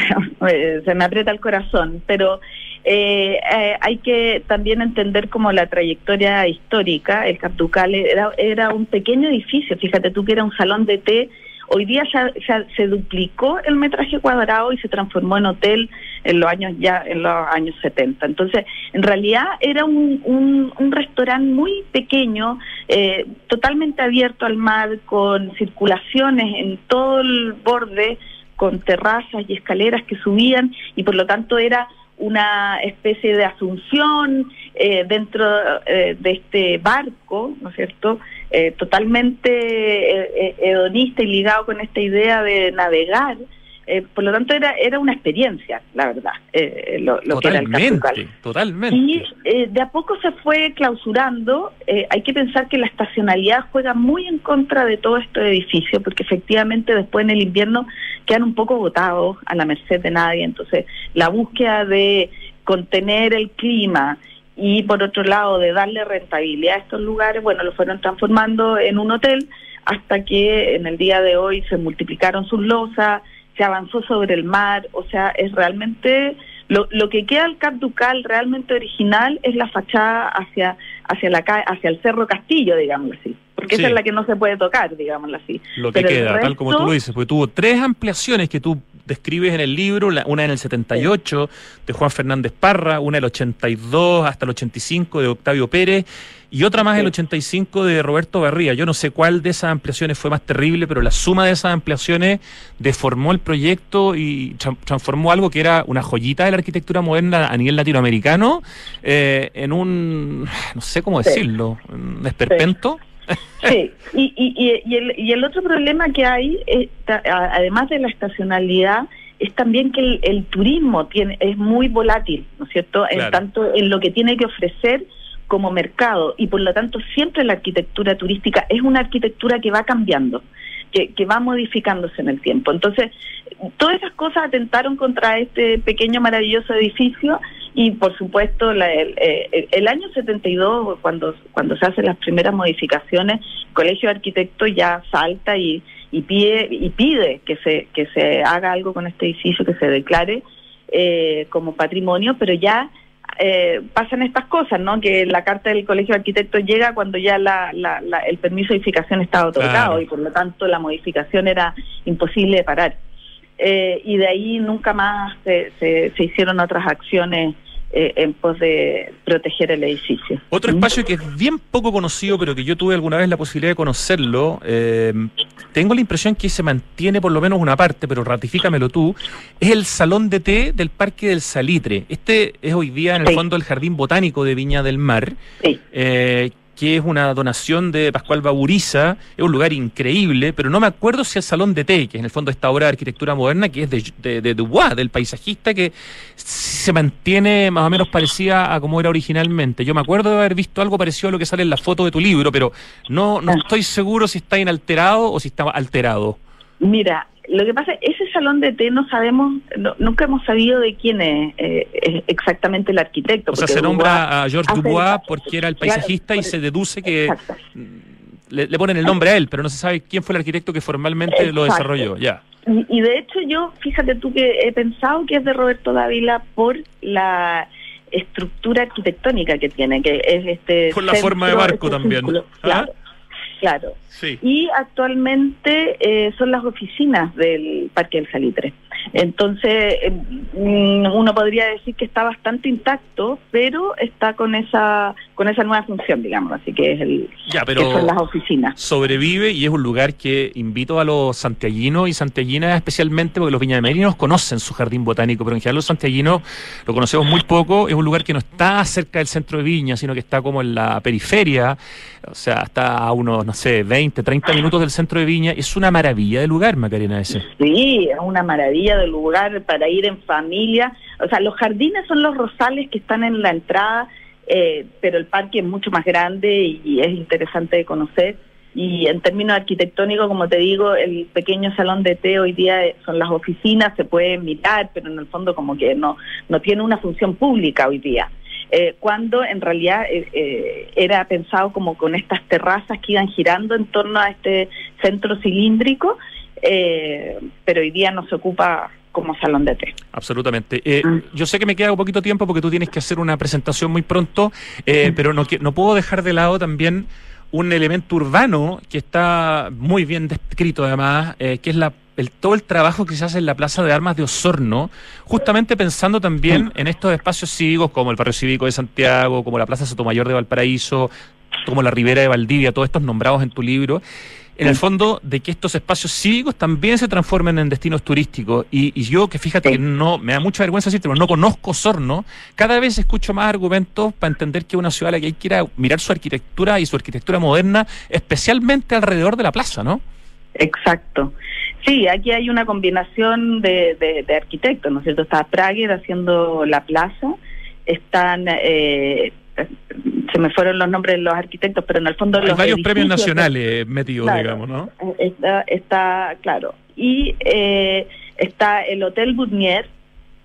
Speaker 2: se me aprieta el corazón, pero eh, eh, hay que también entender como la trayectoria histórica. El Cap Ducal era, era un pequeño edificio, fíjate tú que era un salón de té. Hoy día ya, ya se duplicó el metraje cuadrado y se transformó en hotel en los años ya en los años setenta. Entonces, en realidad era un, un, un restaurante muy pequeño, eh, totalmente abierto al mar, con circulaciones en todo el borde, con terrazas y escaleras que subían, y por lo tanto era una especie de asunción eh, dentro eh, de este barco, ¿no es cierto?, eh, totalmente eh, hedonista y ligado con esta idea de navegar. Eh, por lo tanto era era una experiencia, la verdad, eh, lo, lo que era el Cap Ducal.
Speaker 1: Totalmente.
Speaker 2: Y eh, de a poco se fue clausurando. Eh, hay que pensar que la estacionalidad juega muy en contra de todo este edificio, porque efectivamente después en el invierno quedan un poco botados a la merced de nadie. Entonces la búsqueda de contener el clima y por otro lado de darle rentabilidad a estos lugares, bueno, lo fueron transformando en un hotel hasta que en el día de hoy se multiplicaron sus losas, se avanzó sobre el mar, o sea, es realmente... Lo, lo que queda al Cap Ducal realmente original es la fachada hacia hacia la hacia el Cerro Castillo, digámoslo así, porque sí. Esa es la que no se puede tocar, digámoslo así.
Speaker 1: Lo que
Speaker 2: Pero
Speaker 1: queda,
Speaker 2: resto,
Speaker 1: tal como tú lo dices, porque tuvo tres ampliaciones que tú describes en el libro, la, una en el setenta y ocho sí. de Juan Fernández Parra, una del ochenta y dos hasta el ochenta y cinco de Octavio Pérez, y otra más sí. el ochenta y cinco de Roberto Barría. Yo no sé cuál de esas ampliaciones fue más terrible, pero la suma de esas ampliaciones deformó el proyecto y tra- transformó algo que era una joyita de la arquitectura moderna a nivel latinoamericano eh, en un, no sé cómo decirlo, sí. un esperpento. Sí.
Speaker 2: Sí, y, y, y, el, y el otro problema que hay, es, además de la estacionalidad, es también que el, el turismo tiene es muy volátil, ¿no es cierto? Claro. En tanto en lo que tiene que ofrecer como mercado, y por lo tanto siempre la arquitectura turística es una arquitectura que va cambiando, que, que va modificándose en el tiempo. Entonces, todas esas cosas atentaron contra este pequeño maravilloso edificio. Y por supuesto la, el, el, el año setenta y dos, cuando cuando se hacen las primeras modificaciones, el Colegio de Arquitectos ya salta y, y pide y pide que se que se haga algo con este edificio, que se declare eh, como patrimonio, pero ya eh, pasan estas cosas, ¿no? Que la carta del Colegio de Arquitectos llega cuando ya la, la, la, el permiso de edificación estaba otorgado, claro. Y por lo tanto la modificación era imposible de parar. Eh, y de ahí nunca más se, se, se hicieron otras acciones eh, en pos de proteger el edificio.
Speaker 1: Otro ¿Mm? espacio que es bien poco conocido, pero que yo tuve alguna vez la posibilidad de conocerlo, eh, tengo la impresión que se mantiene por lo menos una parte, pero ratifícamelo tú, es el Salón de Té del Parque del Salitre. Este es hoy día en el sí. fondo el Jardín Botánico de Viña del Mar, sí. eh, que es una donación de Pascual Baburiza, es un lugar increíble, pero no me acuerdo si el Salón de Té, que es en el fondo esta obra de arquitectura moderna, que es de, de, de Dubois, del paisajista, que se mantiene más o menos parecida a como era originalmente. Yo me acuerdo de haber visto algo parecido a lo que sale en la foto de tu libro, pero no, no estoy seguro si está inalterado o si está alterado.
Speaker 2: Mira, lo que pasa es que ese salón de té no sabemos, no, nunca hemos sabido de quién es, eh, es exactamente el arquitecto.
Speaker 1: O sea, se nombra a Georges Dubois porque era el paisajista, claro, y se deduce que le, le ponen el nombre a él, pero no se sabe quién fue el arquitecto que formalmente Exacto. lo desarrolló. Ya.
Speaker 2: Y, y de hecho yo, fíjate tú que he pensado que es de Roberto Dávila por la estructura arquitectónica que tiene, que es este...
Speaker 1: Por la centro, forma de barco este también.
Speaker 2: Círculo, claro. ¿Ah? Claro,
Speaker 1: sí.
Speaker 2: Y actualmente eh, son las oficinas del Parque del Salitre. Entonces, eh, uno podría decir que está bastante intacto, pero está con esa con esa nueva función, digamos, así que es el
Speaker 1: ya, pero
Speaker 2: que son las oficinas.
Speaker 1: Sobrevive y es un lugar que invito a los santiaguinos y santiaguinas especialmente, porque los viñamerinos conocen su jardín botánico, pero en general los santiaguinos lo conocemos muy poco. Es un lugar que no está cerca del centro de Viña, sino que está como en la periferia, o sea, está a unos, no sé, veinte, treinta minutos del centro de Viña. Es una maravilla de lugar, Macarena, ese.
Speaker 2: Sí, es una maravilla de lugar para ir en familia. O sea, los jardines son los rosales que están en la entrada, eh, pero el parque es mucho más grande y, y es interesante de conocer. Y en términos arquitectónicos, como te digo, el pequeño salón de té hoy día son las oficinas, se puede mirar, pero en el fondo como que no, no tiene una función pública hoy día. Eh, cuando en realidad eh, eh, era pensado como con estas terrazas que iban girando en torno a este centro cilíndrico, eh, pero hoy día no se ocupa como salón de té.
Speaker 1: Absolutamente. Eh, mm. Yo sé que me queda un poquito tiempo porque tú tienes que hacer una presentación muy pronto, eh, mm. pero no, no puedo dejar de lado también un elemento urbano que está muy bien descrito además, eh, que es la El, todo el trabajo que se hace en la Plaza de Armas de Osorno, justamente pensando también en estos espacios cívicos como el Barrio Cívico de Santiago, como la Plaza Sotomayor de Valparaíso, como la Ribera de Valdivia, todos estos nombrados en tu libro, en el fondo de que estos espacios cívicos también se transformen en destinos turísticos. Y, y yo, que fíjate que no, me da mucha vergüenza decirte, pero no conozco Osorno, cada vez escucho más argumentos para entender que es una ciudad a la que hay que ir a mirar su arquitectura y su arquitectura moderna, especialmente alrededor de la plaza, ¿no?
Speaker 2: Exacto. Sí, aquí hay una combinación de, de, de arquitectos, ¿no es cierto? Está Prager haciendo la plaza, están, eh, se me fueron los nombres de los arquitectos, pero en el fondo...
Speaker 1: Hay
Speaker 2: los
Speaker 1: varios premios nacionales metidos,
Speaker 2: claro, digamos,
Speaker 1: ¿no?
Speaker 2: Está, está claro. Y eh, está el Hotel Bournier,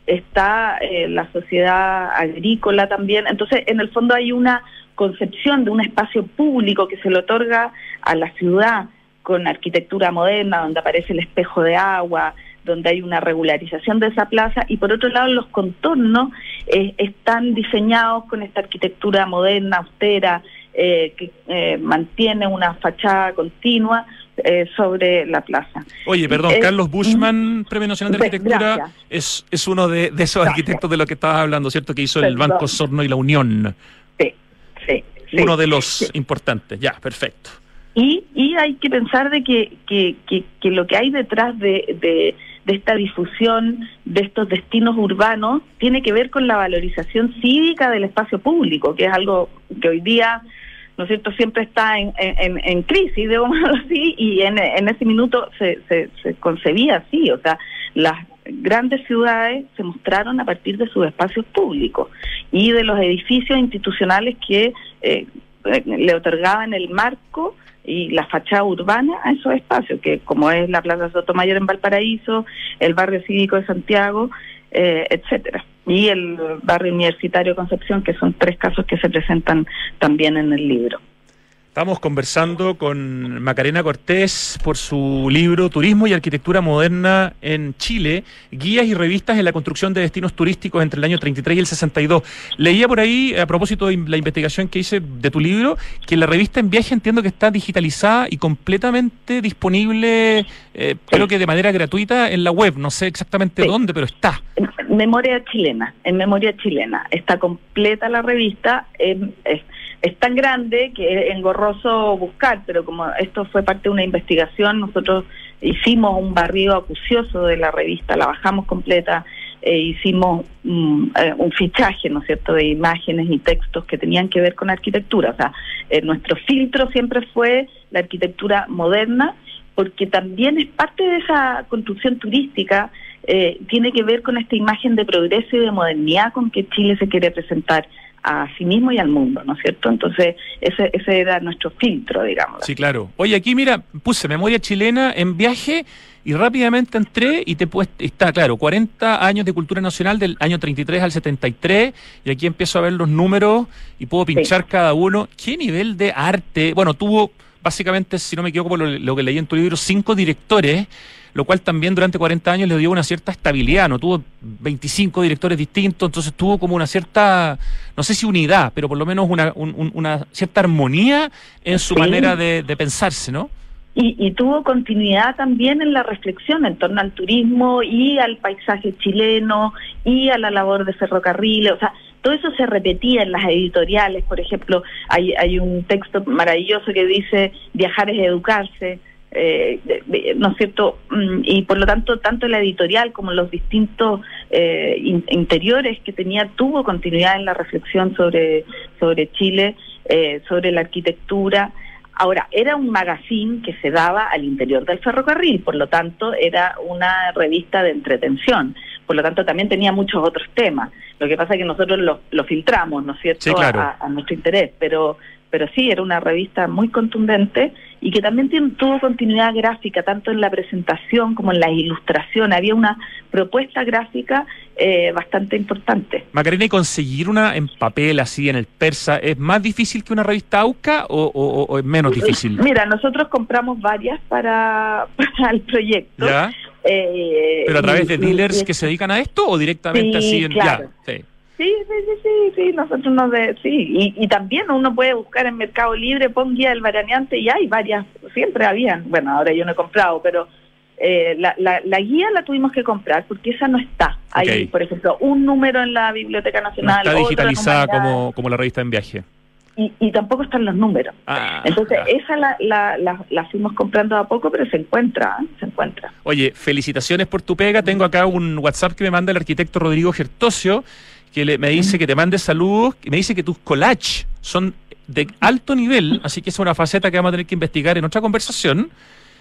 Speaker 2: está eh, la sociedad agrícola también. Entonces, en el fondo hay una concepción de un espacio público que se le otorga a la ciudad con arquitectura moderna, donde aparece el espejo de agua, donde hay una regularización de esa plaza, y por otro lado los contornos eh, están diseñados con esta arquitectura moderna, austera, eh, que eh, mantiene una fachada continua eh, sobre la plaza.
Speaker 1: Oye, perdón, eh, Carlos Bushman, Premio Nacional de Arquitectura, es, es uno de, de esos gracias. arquitectos de los que estabas hablando, ¿cierto? Que hizo perdón. el Banco Osorno y la Unión.
Speaker 2: Sí, sí.
Speaker 1: Uno
Speaker 2: sí,
Speaker 1: de los
Speaker 2: sí.
Speaker 1: importantes, ya, perfecto.
Speaker 2: Y, y hay que pensar de que, que, que, que lo que hay detrás de, de, de esta difusión de estos destinos urbanos tiene que ver con la valorización cívica del espacio público, que es algo que hoy día, ¿no es cierto?, siempre está en, en, en crisis, digámoslo así, y en, en ese minuto se, se, se concebía así. O sea, las grandes ciudades se mostraron a partir de sus espacios públicos y de los edificios institucionales que eh, le otorgaban el marco y la fachada urbana a esos espacios, que como es la Plaza Sotomayor en Valparaíso, el barrio cívico de Santiago, eh, etcétera, y el barrio universitario Concepción, que son tres casos que se presentan también en el libro.
Speaker 1: Estamos conversando con Macarena Cortés por su libro Turismo y Arquitectura Moderna en Chile, guías y revistas en la construcción de destinos turísticos entre el año treinta y tres y el sesenta y dos. Leía por ahí, a propósito de la investigación que hice de tu libro, que la revista En Viaje entiendo que está digitalizada y completamente disponible, eh, sí. creo que de manera gratuita en la web, no sé exactamente sí. dónde, pero está.
Speaker 2: En Memoria Chilena, en Memoria Chilena, está completa la revista, es, es, es tan grande que es engorroso buscar, pero como esto fue parte de una investigación, nosotros hicimos un barrido acucioso de la revista, la bajamos completa, eh, hicimos um, eh, un fichaje, ¿no es cierto?, de imágenes y textos que tenían que ver con arquitectura. O sea, eh, nuestro filtro siempre fue la arquitectura moderna, porque también es parte de esa construcción turística. Eh, tiene que ver con esta imagen de progreso y de modernidad con que Chile se quiere presentar a sí mismo y al mundo, ¿no es cierto? Entonces, ese, ese era nuestro filtro, digamos.
Speaker 1: Sí, claro. Oye, aquí mira, puse Memoria Chilena en Viaje y rápidamente entré y te pues, está, claro, cuarenta años de cultura nacional del año treinta y tres al setenta y tres, y aquí empiezo a ver los números y puedo pinchar sí. cada uno. ¿Qué nivel de arte? Bueno, tuvo básicamente, si no me equivoco por lo, lo que leí en tu libro, cinco directores, lo cual también durante cuarenta años le dio una cierta estabilidad, no tuvo veinticinco directores distintos, entonces tuvo como una cierta, no sé si unidad, pero por lo menos una, un, una cierta armonía en su sí. manera de, de pensarse, ¿no?
Speaker 2: Y, y tuvo continuidad también en la reflexión en torno al turismo y al paisaje chileno y a la labor de ferrocarriles, o sea, todo eso se repetía en las editoriales. Por ejemplo, hay, hay un texto maravilloso que dice viajar es educarse, eh, ¿no es cierto? Y por lo tanto, tanto la editorial como los distintos eh, in, interiores que tenía tuvo continuidad en la reflexión sobre, sobre Chile, eh, sobre la arquitectura. Ahora, era un magazine que se daba al interior del ferrocarril, por lo tanto, era una revista de entretención. Por lo tanto, también tenía muchos otros temas. Lo que pasa es que nosotros lo, lo filtramos, ¿no es cierto?,
Speaker 1: sí, claro.
Speaker 2: a, a nuestro interés. Pero, pero sí, era una revista muy contundente y que también tiene, tuvo continuidad gráfica, tanto en la presentación como en la ilustración. Había una propuesta gráfica eh, bastante importante.
Speaker 1: Macarena, ¿y conseguir una en papel, así, en el persa, es más difícil que una revista AUCA o, o, o es menos difícil?
Speaker 2: Mira, nosotros compramos varias para, para el proyecto.
Speaker 1: ¿Ya?
Speaker 2: Eh,
Speaker 1: ¿Pero a través de
Speaker 2: y,
Speaker 1: dealers
Speaker 2: y,
Speaker 1: que se dedican a esto o directamente
Speaker 2: sí,
Speaker 1: así? En,
Speaker 2: claro.
Speaker 1: Ya, sí.
Speaker 2: Sí, sí, sí, sí, sí, nosotros nos de, sí, y, y también uno puede buscar en Mercado Libre, pon guía del veraneante y hay varias, siempre habían, bueno, ahora yo no he comprado, pero eh, la, la, la guía la tuvimos que comprar porque esa no está. Hay,
Speaker 1: okay.
Speaker 2: por ejemplo, un número en la Biblioteca Nacional.
Speaker 1: No está digitalizada como, como la revista En Viaje.
Speaker 2: Y, y tampoco están los números.
Speaker 1: Ah,
Speaker 2: Entonces,
Speaker 1: claro.
Speaker 2: esa la, la, la, la fuimos comprando a poco, pero se encuentra, ¿eh? se encuentra.
Speaker 1: Oye, felicitaciones por tu pega. Tengo acá un WhatsApp que me manda el arquitecto Rodrigo Gertosio, que le, me dice que te mande saludos, que me dice que tus collages son de alto nivel, así que es una faceta que vamos a tener que investigar en otra conversación.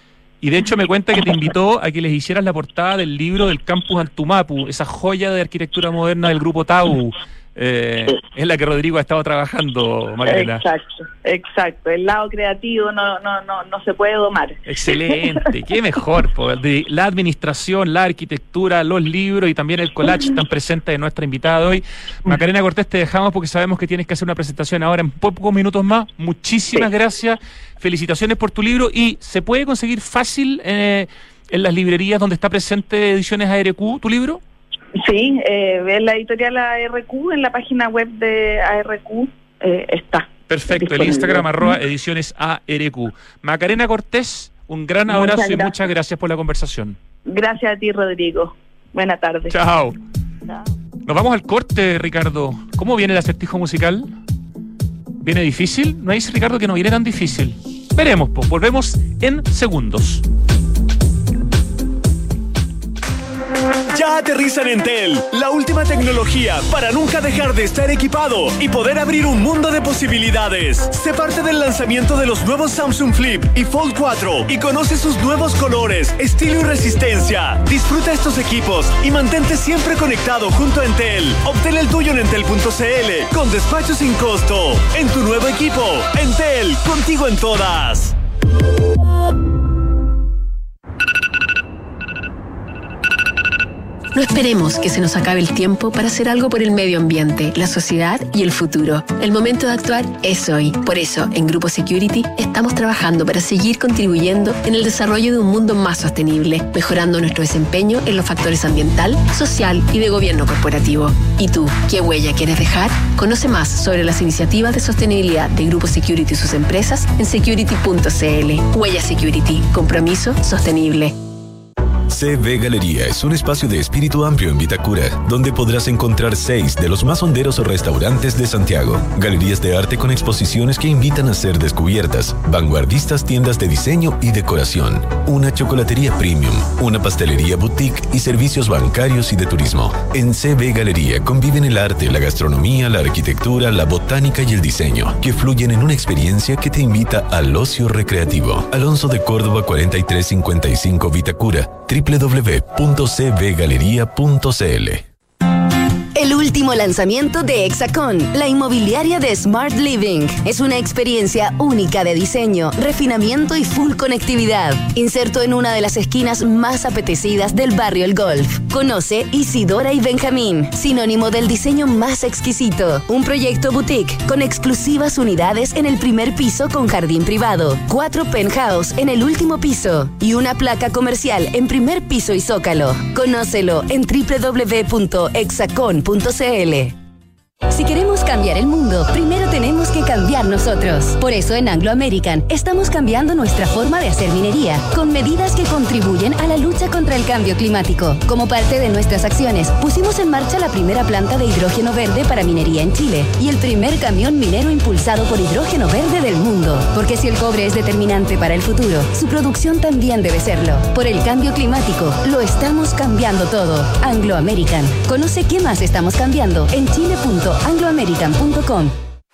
Speaker 1: Y de hecho me cuenta que te invitó a que les hicieras la portada del libro del Campus Antumapu, esa joya de arquitectura moderna del grupo Tau. eh, es la que Rodrigo ha estado trabajando, Macarena.
Speaker 2: Exacto, exacto. El lado creativo no, no, no, no se puede domar.
Speaker 1: Excelente, qué mejor. Po. De la administración, la arquitectura, los libros y también el collage están presentes de nuestra invitada de hoy. Macarena Cortés, te dejamos porque sabemos que tienes que hacer una presentación ahora en pocos minutos más. Muchísimas sí. gracias, felicitaciones por tu libro. Y se puede conseguir fácil eh, en las librerías donde está presente Ediciones A R Q tu libro. Sí,
Speaker 2: eh, en la editorial A R Q, en la página web de A R Q eh, está.
Speaker 1: Perfecto, el Instagram arroba ediciones A R Q. Macarena Cortés, un gran abrazo muchas y muchas gracias por la conversación.
Speaker 2: Gracias a ti, Rodrigo. Buena tarde.
Speaker 1: Chao. Chao. Nos vamos al corte, Ricardo. ¿Cómo viene el acertijo musical? ¿Viene difícil? No dice Ricardo que no viene tan difícil. Veremos, pues. Volvemos en segundos.
Speaker 3: Ya aterriza en Entel, la última tecnología para nunca dejar de estar equipado y poder abrir un mundo de posibilidades. Sé parte del lanzamiento de los nuevos Samsung Flip y Fold cuatro y conoce sus nuevos colores, estilo y resistencia. Disfruta estos equipos y mantente siempre conectado junto a Entel. Obtén el tuyo en entel punto c l con despacho sin costo. En tu nuevo equipo, Entel, contigo en todas.
Speaker 4: No esperemos que se nos acabe el tiempo para hacer algo por el medio ambiente, la sociedad y el futuro. El momento de actuar es hoy. Por eso, en Grupo Security, estamos trabajando para seguir contribuyendo en el desarrollo de un mundo más sostenible, mejorando nuestro desempeño en los factores ambiental, social y de gobierno corporativo. ¿Y tú, qué huella quieres dejar? Conoce más sobre las iniciativas de sostenibilidad de Grupo Security y sus empresas en security punto c l. Huella Security. Compromiso sostenible.
Speaker 5: C V Galería es un espacio de espíritu amplio en Vitacura, donde podrás encontrar seis de los más honderos restaurantes de Santiago, galerías de arte con exposiciones que invitan a ser descubiertas, vanguardistas tiendas de diseño y decoración, una chocolatería premium, una pastelería boutique y servicios bancarios y de turismo. En C V Galería conviven el arte, la gastronomía, la arquitectura, la botánica y el diseño, que fluyen en una experiencia que te invita al ocio recreativo. Alonso de Córdoba cuarenta y tres cincuenta y cinco Vitacura, doble u doble u doble u punto c v galería punto c l.
Speaker 6: El último lanzamiento de Hexacón, la inmobiliaria de Smart Living. Es una experiencia única de diseño, refinamiento y full conectividad. Inserto en una de las esquinas más apetecidas del barrio El Golf. Conoce Isidora y Benjamín, sinónimo del diseño más exquisito. Un proyecto boutique con exclusivas unidades en el primer piso con jardín privado, cuatro penthouse en el último piso y una placa comercial en primer piso y zócalo. Conócelo en doble u doble u doble u punto hexacon punto c l. Si queremos cambiar el mundo, primero tenemos que cambiar nosotros. Por eso en Anglo American estamos cambiando nuestra forma de hacer minería, con medidas que contribuyen a la lucha contra el cambio climático. Como parte de nuestras acciones, pusimos en marcha la primera planta de hidrógeno verde para minería en Chile y el primer camión minero impulsado por hidrógeno verde del mundo. Porque si el cobre es determinante para el futuro, su producción también debe serlo. Por el cambio climático, lo estamos cambiando todo. Anglo American. Conoce qué más estamos cambiando en chile punto anglo american punto com.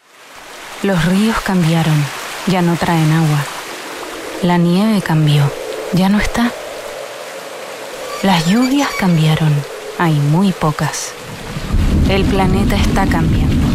Speaker 7: Los ríos cambiaron, ya no traen agua. La nieve cambió, ya no está. Las lluvias cambiaron, hay muy pocas. El planeta está cambiando.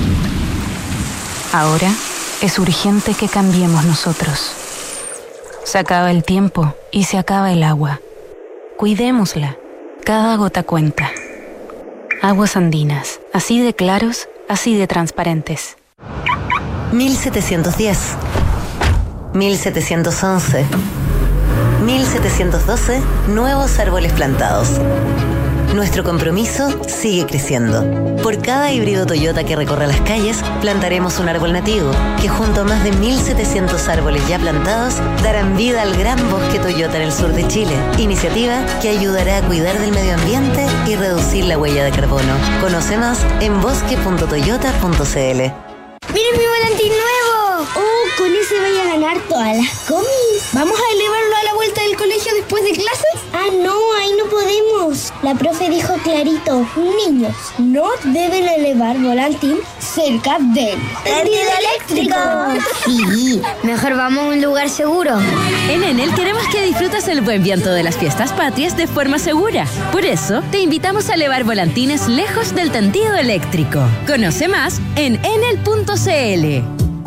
Speaker 7: Ahora es urgente que cambiemos nosotros. Se acaba el tiempo y se acaba el agua. Cuidémosla, cada gota cuenta. Aguas andinas, así de claros, así de transparentes.
Speaker 6: mil setecientos diez, mil setecientos once, mil setecientos doce, nuevos árboles plantados. Nuestro compromiso sigue creciendo. Por cada híbrido Toyota que recorra las calles, plantaremos un árbol nativo, que junto a más de mil setecientos árboles ya plantados, darán vida al gran bosque Toyota en el sur de Chile. Iniciativa que ayudará a cuidar del medio ambiente y reducir la huella de carbono. Conoce más en bosque punto toyota punto c l.
Speaker 8: ¡Miren mi volantín nuevo! ¡Oh, con ese voy a ganar todas las comis! ¿Vamos a elevarlo a la vuelta del colegio después de clases? Ah, no, ahí no podemos. La profe dijo clarito, niños, no deben elevar volantín cerca del tendido eléctrico. Sí, mejor vamos a un lugar seguro.
Speaker 9: En Enel queremos que disfrutes el buen viento de las fiestas patrias de forma segura. Por eso, te invitamos a elevar volantines lejos del tendido eléctrico. Conoce más en enel punto c l.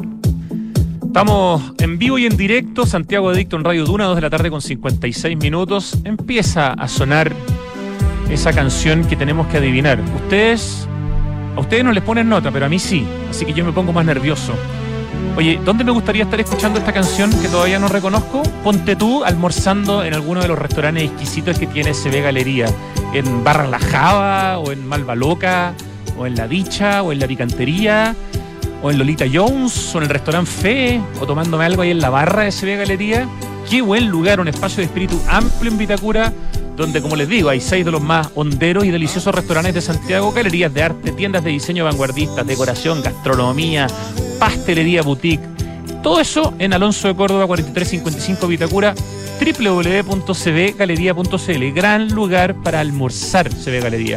Speaker 1: Estamos en vivo y en directo, Santiago Adicto en Radio Duna, dos de la tarde con cincuenta y seis minutos. Empieza a sonar esa canción que tenemos que adivinar. Ustedes, a ustedes no les ponen nota, pero a mí sí, así que yo me pongo más nervioso. Oye, ¿dónde me gustaría estar escuchando esta canción que todavía no reconozco? Ponte tú almorzando en alguno de los restaurantes exquisitos que tiene S B Galería, en Barra La Java, o en Malva Loca, o en La Dicha, o en La Picantería, o en Lolita Jones, o en el restaurante Fe, o tomándome algo ahí en la barra de S B Galería. Qué buen lugar, un espacio de espíritu amplio en Vitacura, donde, como les digo, hay seis de los más honderos y deliciosos restaurantes de Santiago, galerías de arte, tiendas de diseño vanguardistas, decoración, gastronomía, pastelería boutique. Todo eso en Alonso de Córdoba cuarenta y tres cincuenta y cinco Vitacura, doble u doble u doble u punto c b galería punto c l. Gran lugar para almorzar, S B Galería.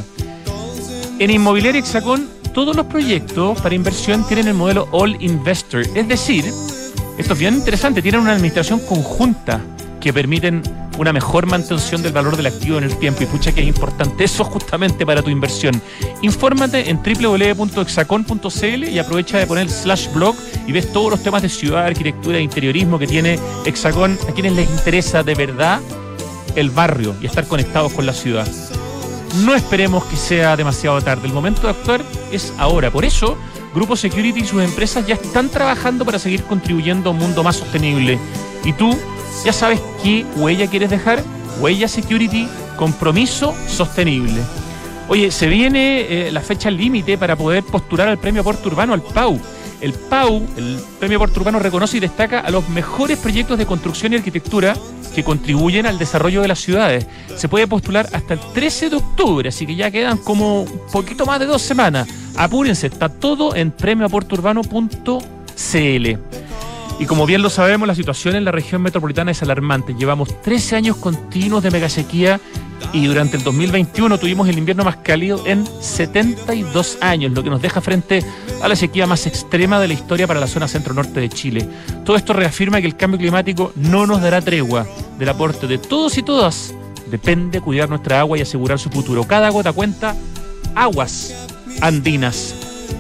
Speaker 1: En Inmobiliaria Hexacón, todos los proyectos para inversión tienen el modelo All Investor, es decir, esto es bien interesante, tienen una administración conjunta que permiten una mejor mantención del valor del activo en el tiempo, y pucha que es importante eso justamente para tu inversión. Infórmate en doble u doble u doble u punto hexacon punto c l y aprovecha de poner slash blog y ves todos los temas de ciudad, arquitectura e interiorismo que tiene Hexacón, a quienes les interesa de verdad el barrio y estar conectados con la ciudad. No esperemos que sea demasiado tarde, el momento de actuar es ahora. Por eso, Grupo Security y sus empresas ya están trabajando para seguir contribuyendo a un mundo más sostenible. Y tú ya sabes qué huella quieres dejar. Huella Security, compromiso sostenible. Oye, se viene eh, la fecha límite para poder postular al Premio Aporte Urbano, al P A U. El P A U, el Premio Aporte Urbano, reconoce y destaca a los mejores proyectos de construcción y arquitectura que contribuyen al desarrollo de las ciudades. Se puede postular hasta el trece de octubre, así que ya quedan como un poquito más de dos semanas. Apúrense, está todo en premio aporte urbano punto c l. Y como bien lo sabemos, la situación en la región metropolitana es alarmante. Llevamos trece años continuos de megasequía y durante el dos mil veintiuno tuvimos el invierno más cálido en setenta y dos años, lo que nos deja frente a la sequía más extrema de la historia para la zona centro-norte de Chile. Todo esto reafirma que el cambio climático no nos dará tregua. Del aporte de todos y todas depende cuidar nuestra agua y asegurar su futuro. Cada gota cuenta. Aguas Andinas.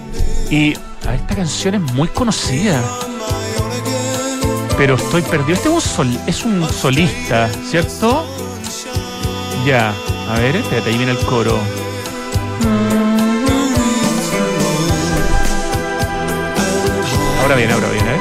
Speaker 1: Y a esta canción es muy conocida, pero estoy perdido. Este es un, sol, es un solista, ¿cierto? Ya, a ver, espérate, ahí viene el coro. Ahora viene, ahora viene, ¿eh?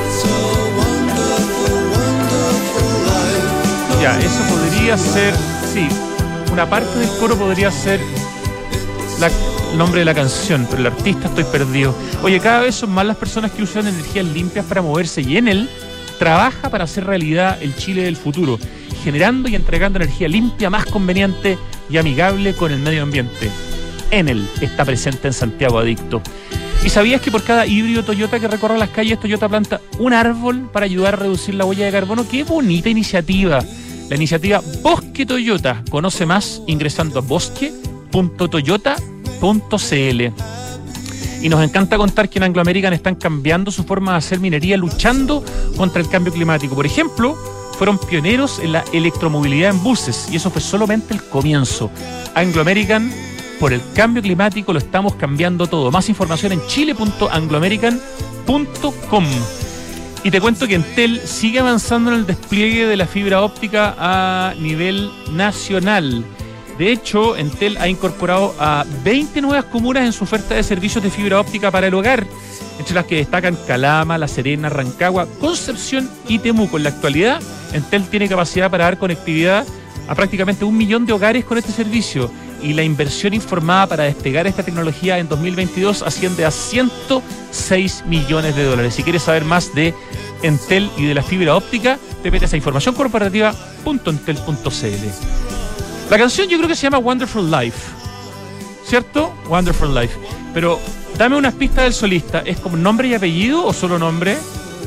Speaker 1: Ya, eso podría ser, sí, una parte del coro podría ser la, el nombre de la canción, pero el artista estoy perdido. Oye, cada vez son más las personas que usan energías limpias para moverse, y Enel trabaja para hacer realidad el Chile del futuro, generando y entregando energía limpia, más conveniente y amigable con el medio ambiente. Enel está presente en Santiago Adicto. ¿Y sabías que por cada híbrido Toyota que recorre las calles, Toyota planta un árbol para ayudar a reducir la huella de carbono? ¡Qué bonita iniciativa! La iniciativa Bosque Toyota. Conoce más ingresando a bosque punto toyota punto c l. Y nos encanta contar que en Anglo American están cambiando su forma de hacer minería, luchando contra el cambio climático. Por ejemplo, fueron pioneros en la electromovilidad en buses, y eso fue solamente el comienzo. Anglo American, por el cambio climático lo estamos cambiando todo. Más información en chile punto anglo american punto com. Y te cuento que Entel sigue avanzando en el despliegue de la fibra óptica a nivel nacional. De hecho, Entel ha incorporado a veinte nuevas comunas en su oferta de servicios de fibra óptica para el hogar, entre las que destacan Calama, La Serena, Rancagua, Concepción y Temuco. En la actualidad, Entel tiene capacidad para dar conectividad a prácticamente un millón de hogares con este servicio, y la inversión informada para despegar esta tecnología en dos mil veintidós asciende a ciento seis millones de dólares. Si quieres saber más de Entel y de la fibra óptica, te metes a información corporativa punto entel punto c l. La canción yo creo que se llama Wonderful Life, ¿cierto? Wonderful Life. Pero dame unas pistas del solista. ¿Es como nombre y apellido o solo nombre?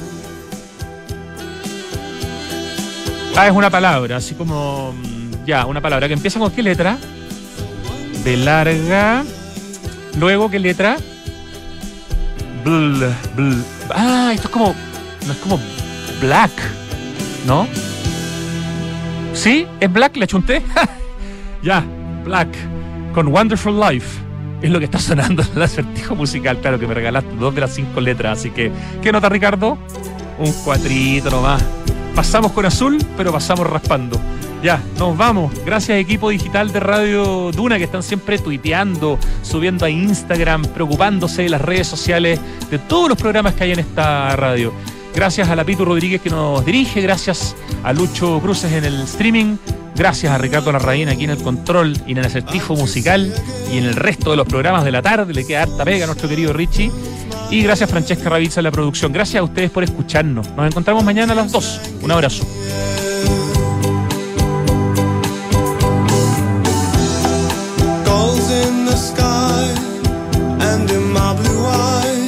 Speaker 1: Ah, es una palabra, así como... Ya, una palabra que empieza con ¿qué letra? De larga. Luego, ¿qué letra? Bl, bl. Ah, esto es como... No es como Black, ¿no? ¿Sí? ¿Es Black? ¿Le achunté? Ya, Black, con Wonderful Life. Es lo que está sonando en el acertijo musical. Claro que me regalaste dos de las cinco letras. Así que, ¿qué nota, Ricardo? Un cuatrito nomás. Pasamos con azul, pero pasamos raspando. Ya, nos vamos. Gracias, equipo digital de Radio Duna, que están siempre tuiteando, subiendo a Instagram, preocupándose de las redes sociales, de todos los programas que hay en esta radio. Gracias a la Pitu Rodríguez, que nos dirige. Gracias a Lucho Cruces en el streaming. Gracias a Ricardo Larraín aquí en el control y en el acertijo musical y en el resto de los programas de la tarde. Le queda harta pega a nuestro querido Richie. Y gracias, Francesca Ravizza, en la producción. Gracias a ustedes por escucharnos. Nos encontramos mañana a las dos. Un abrazo.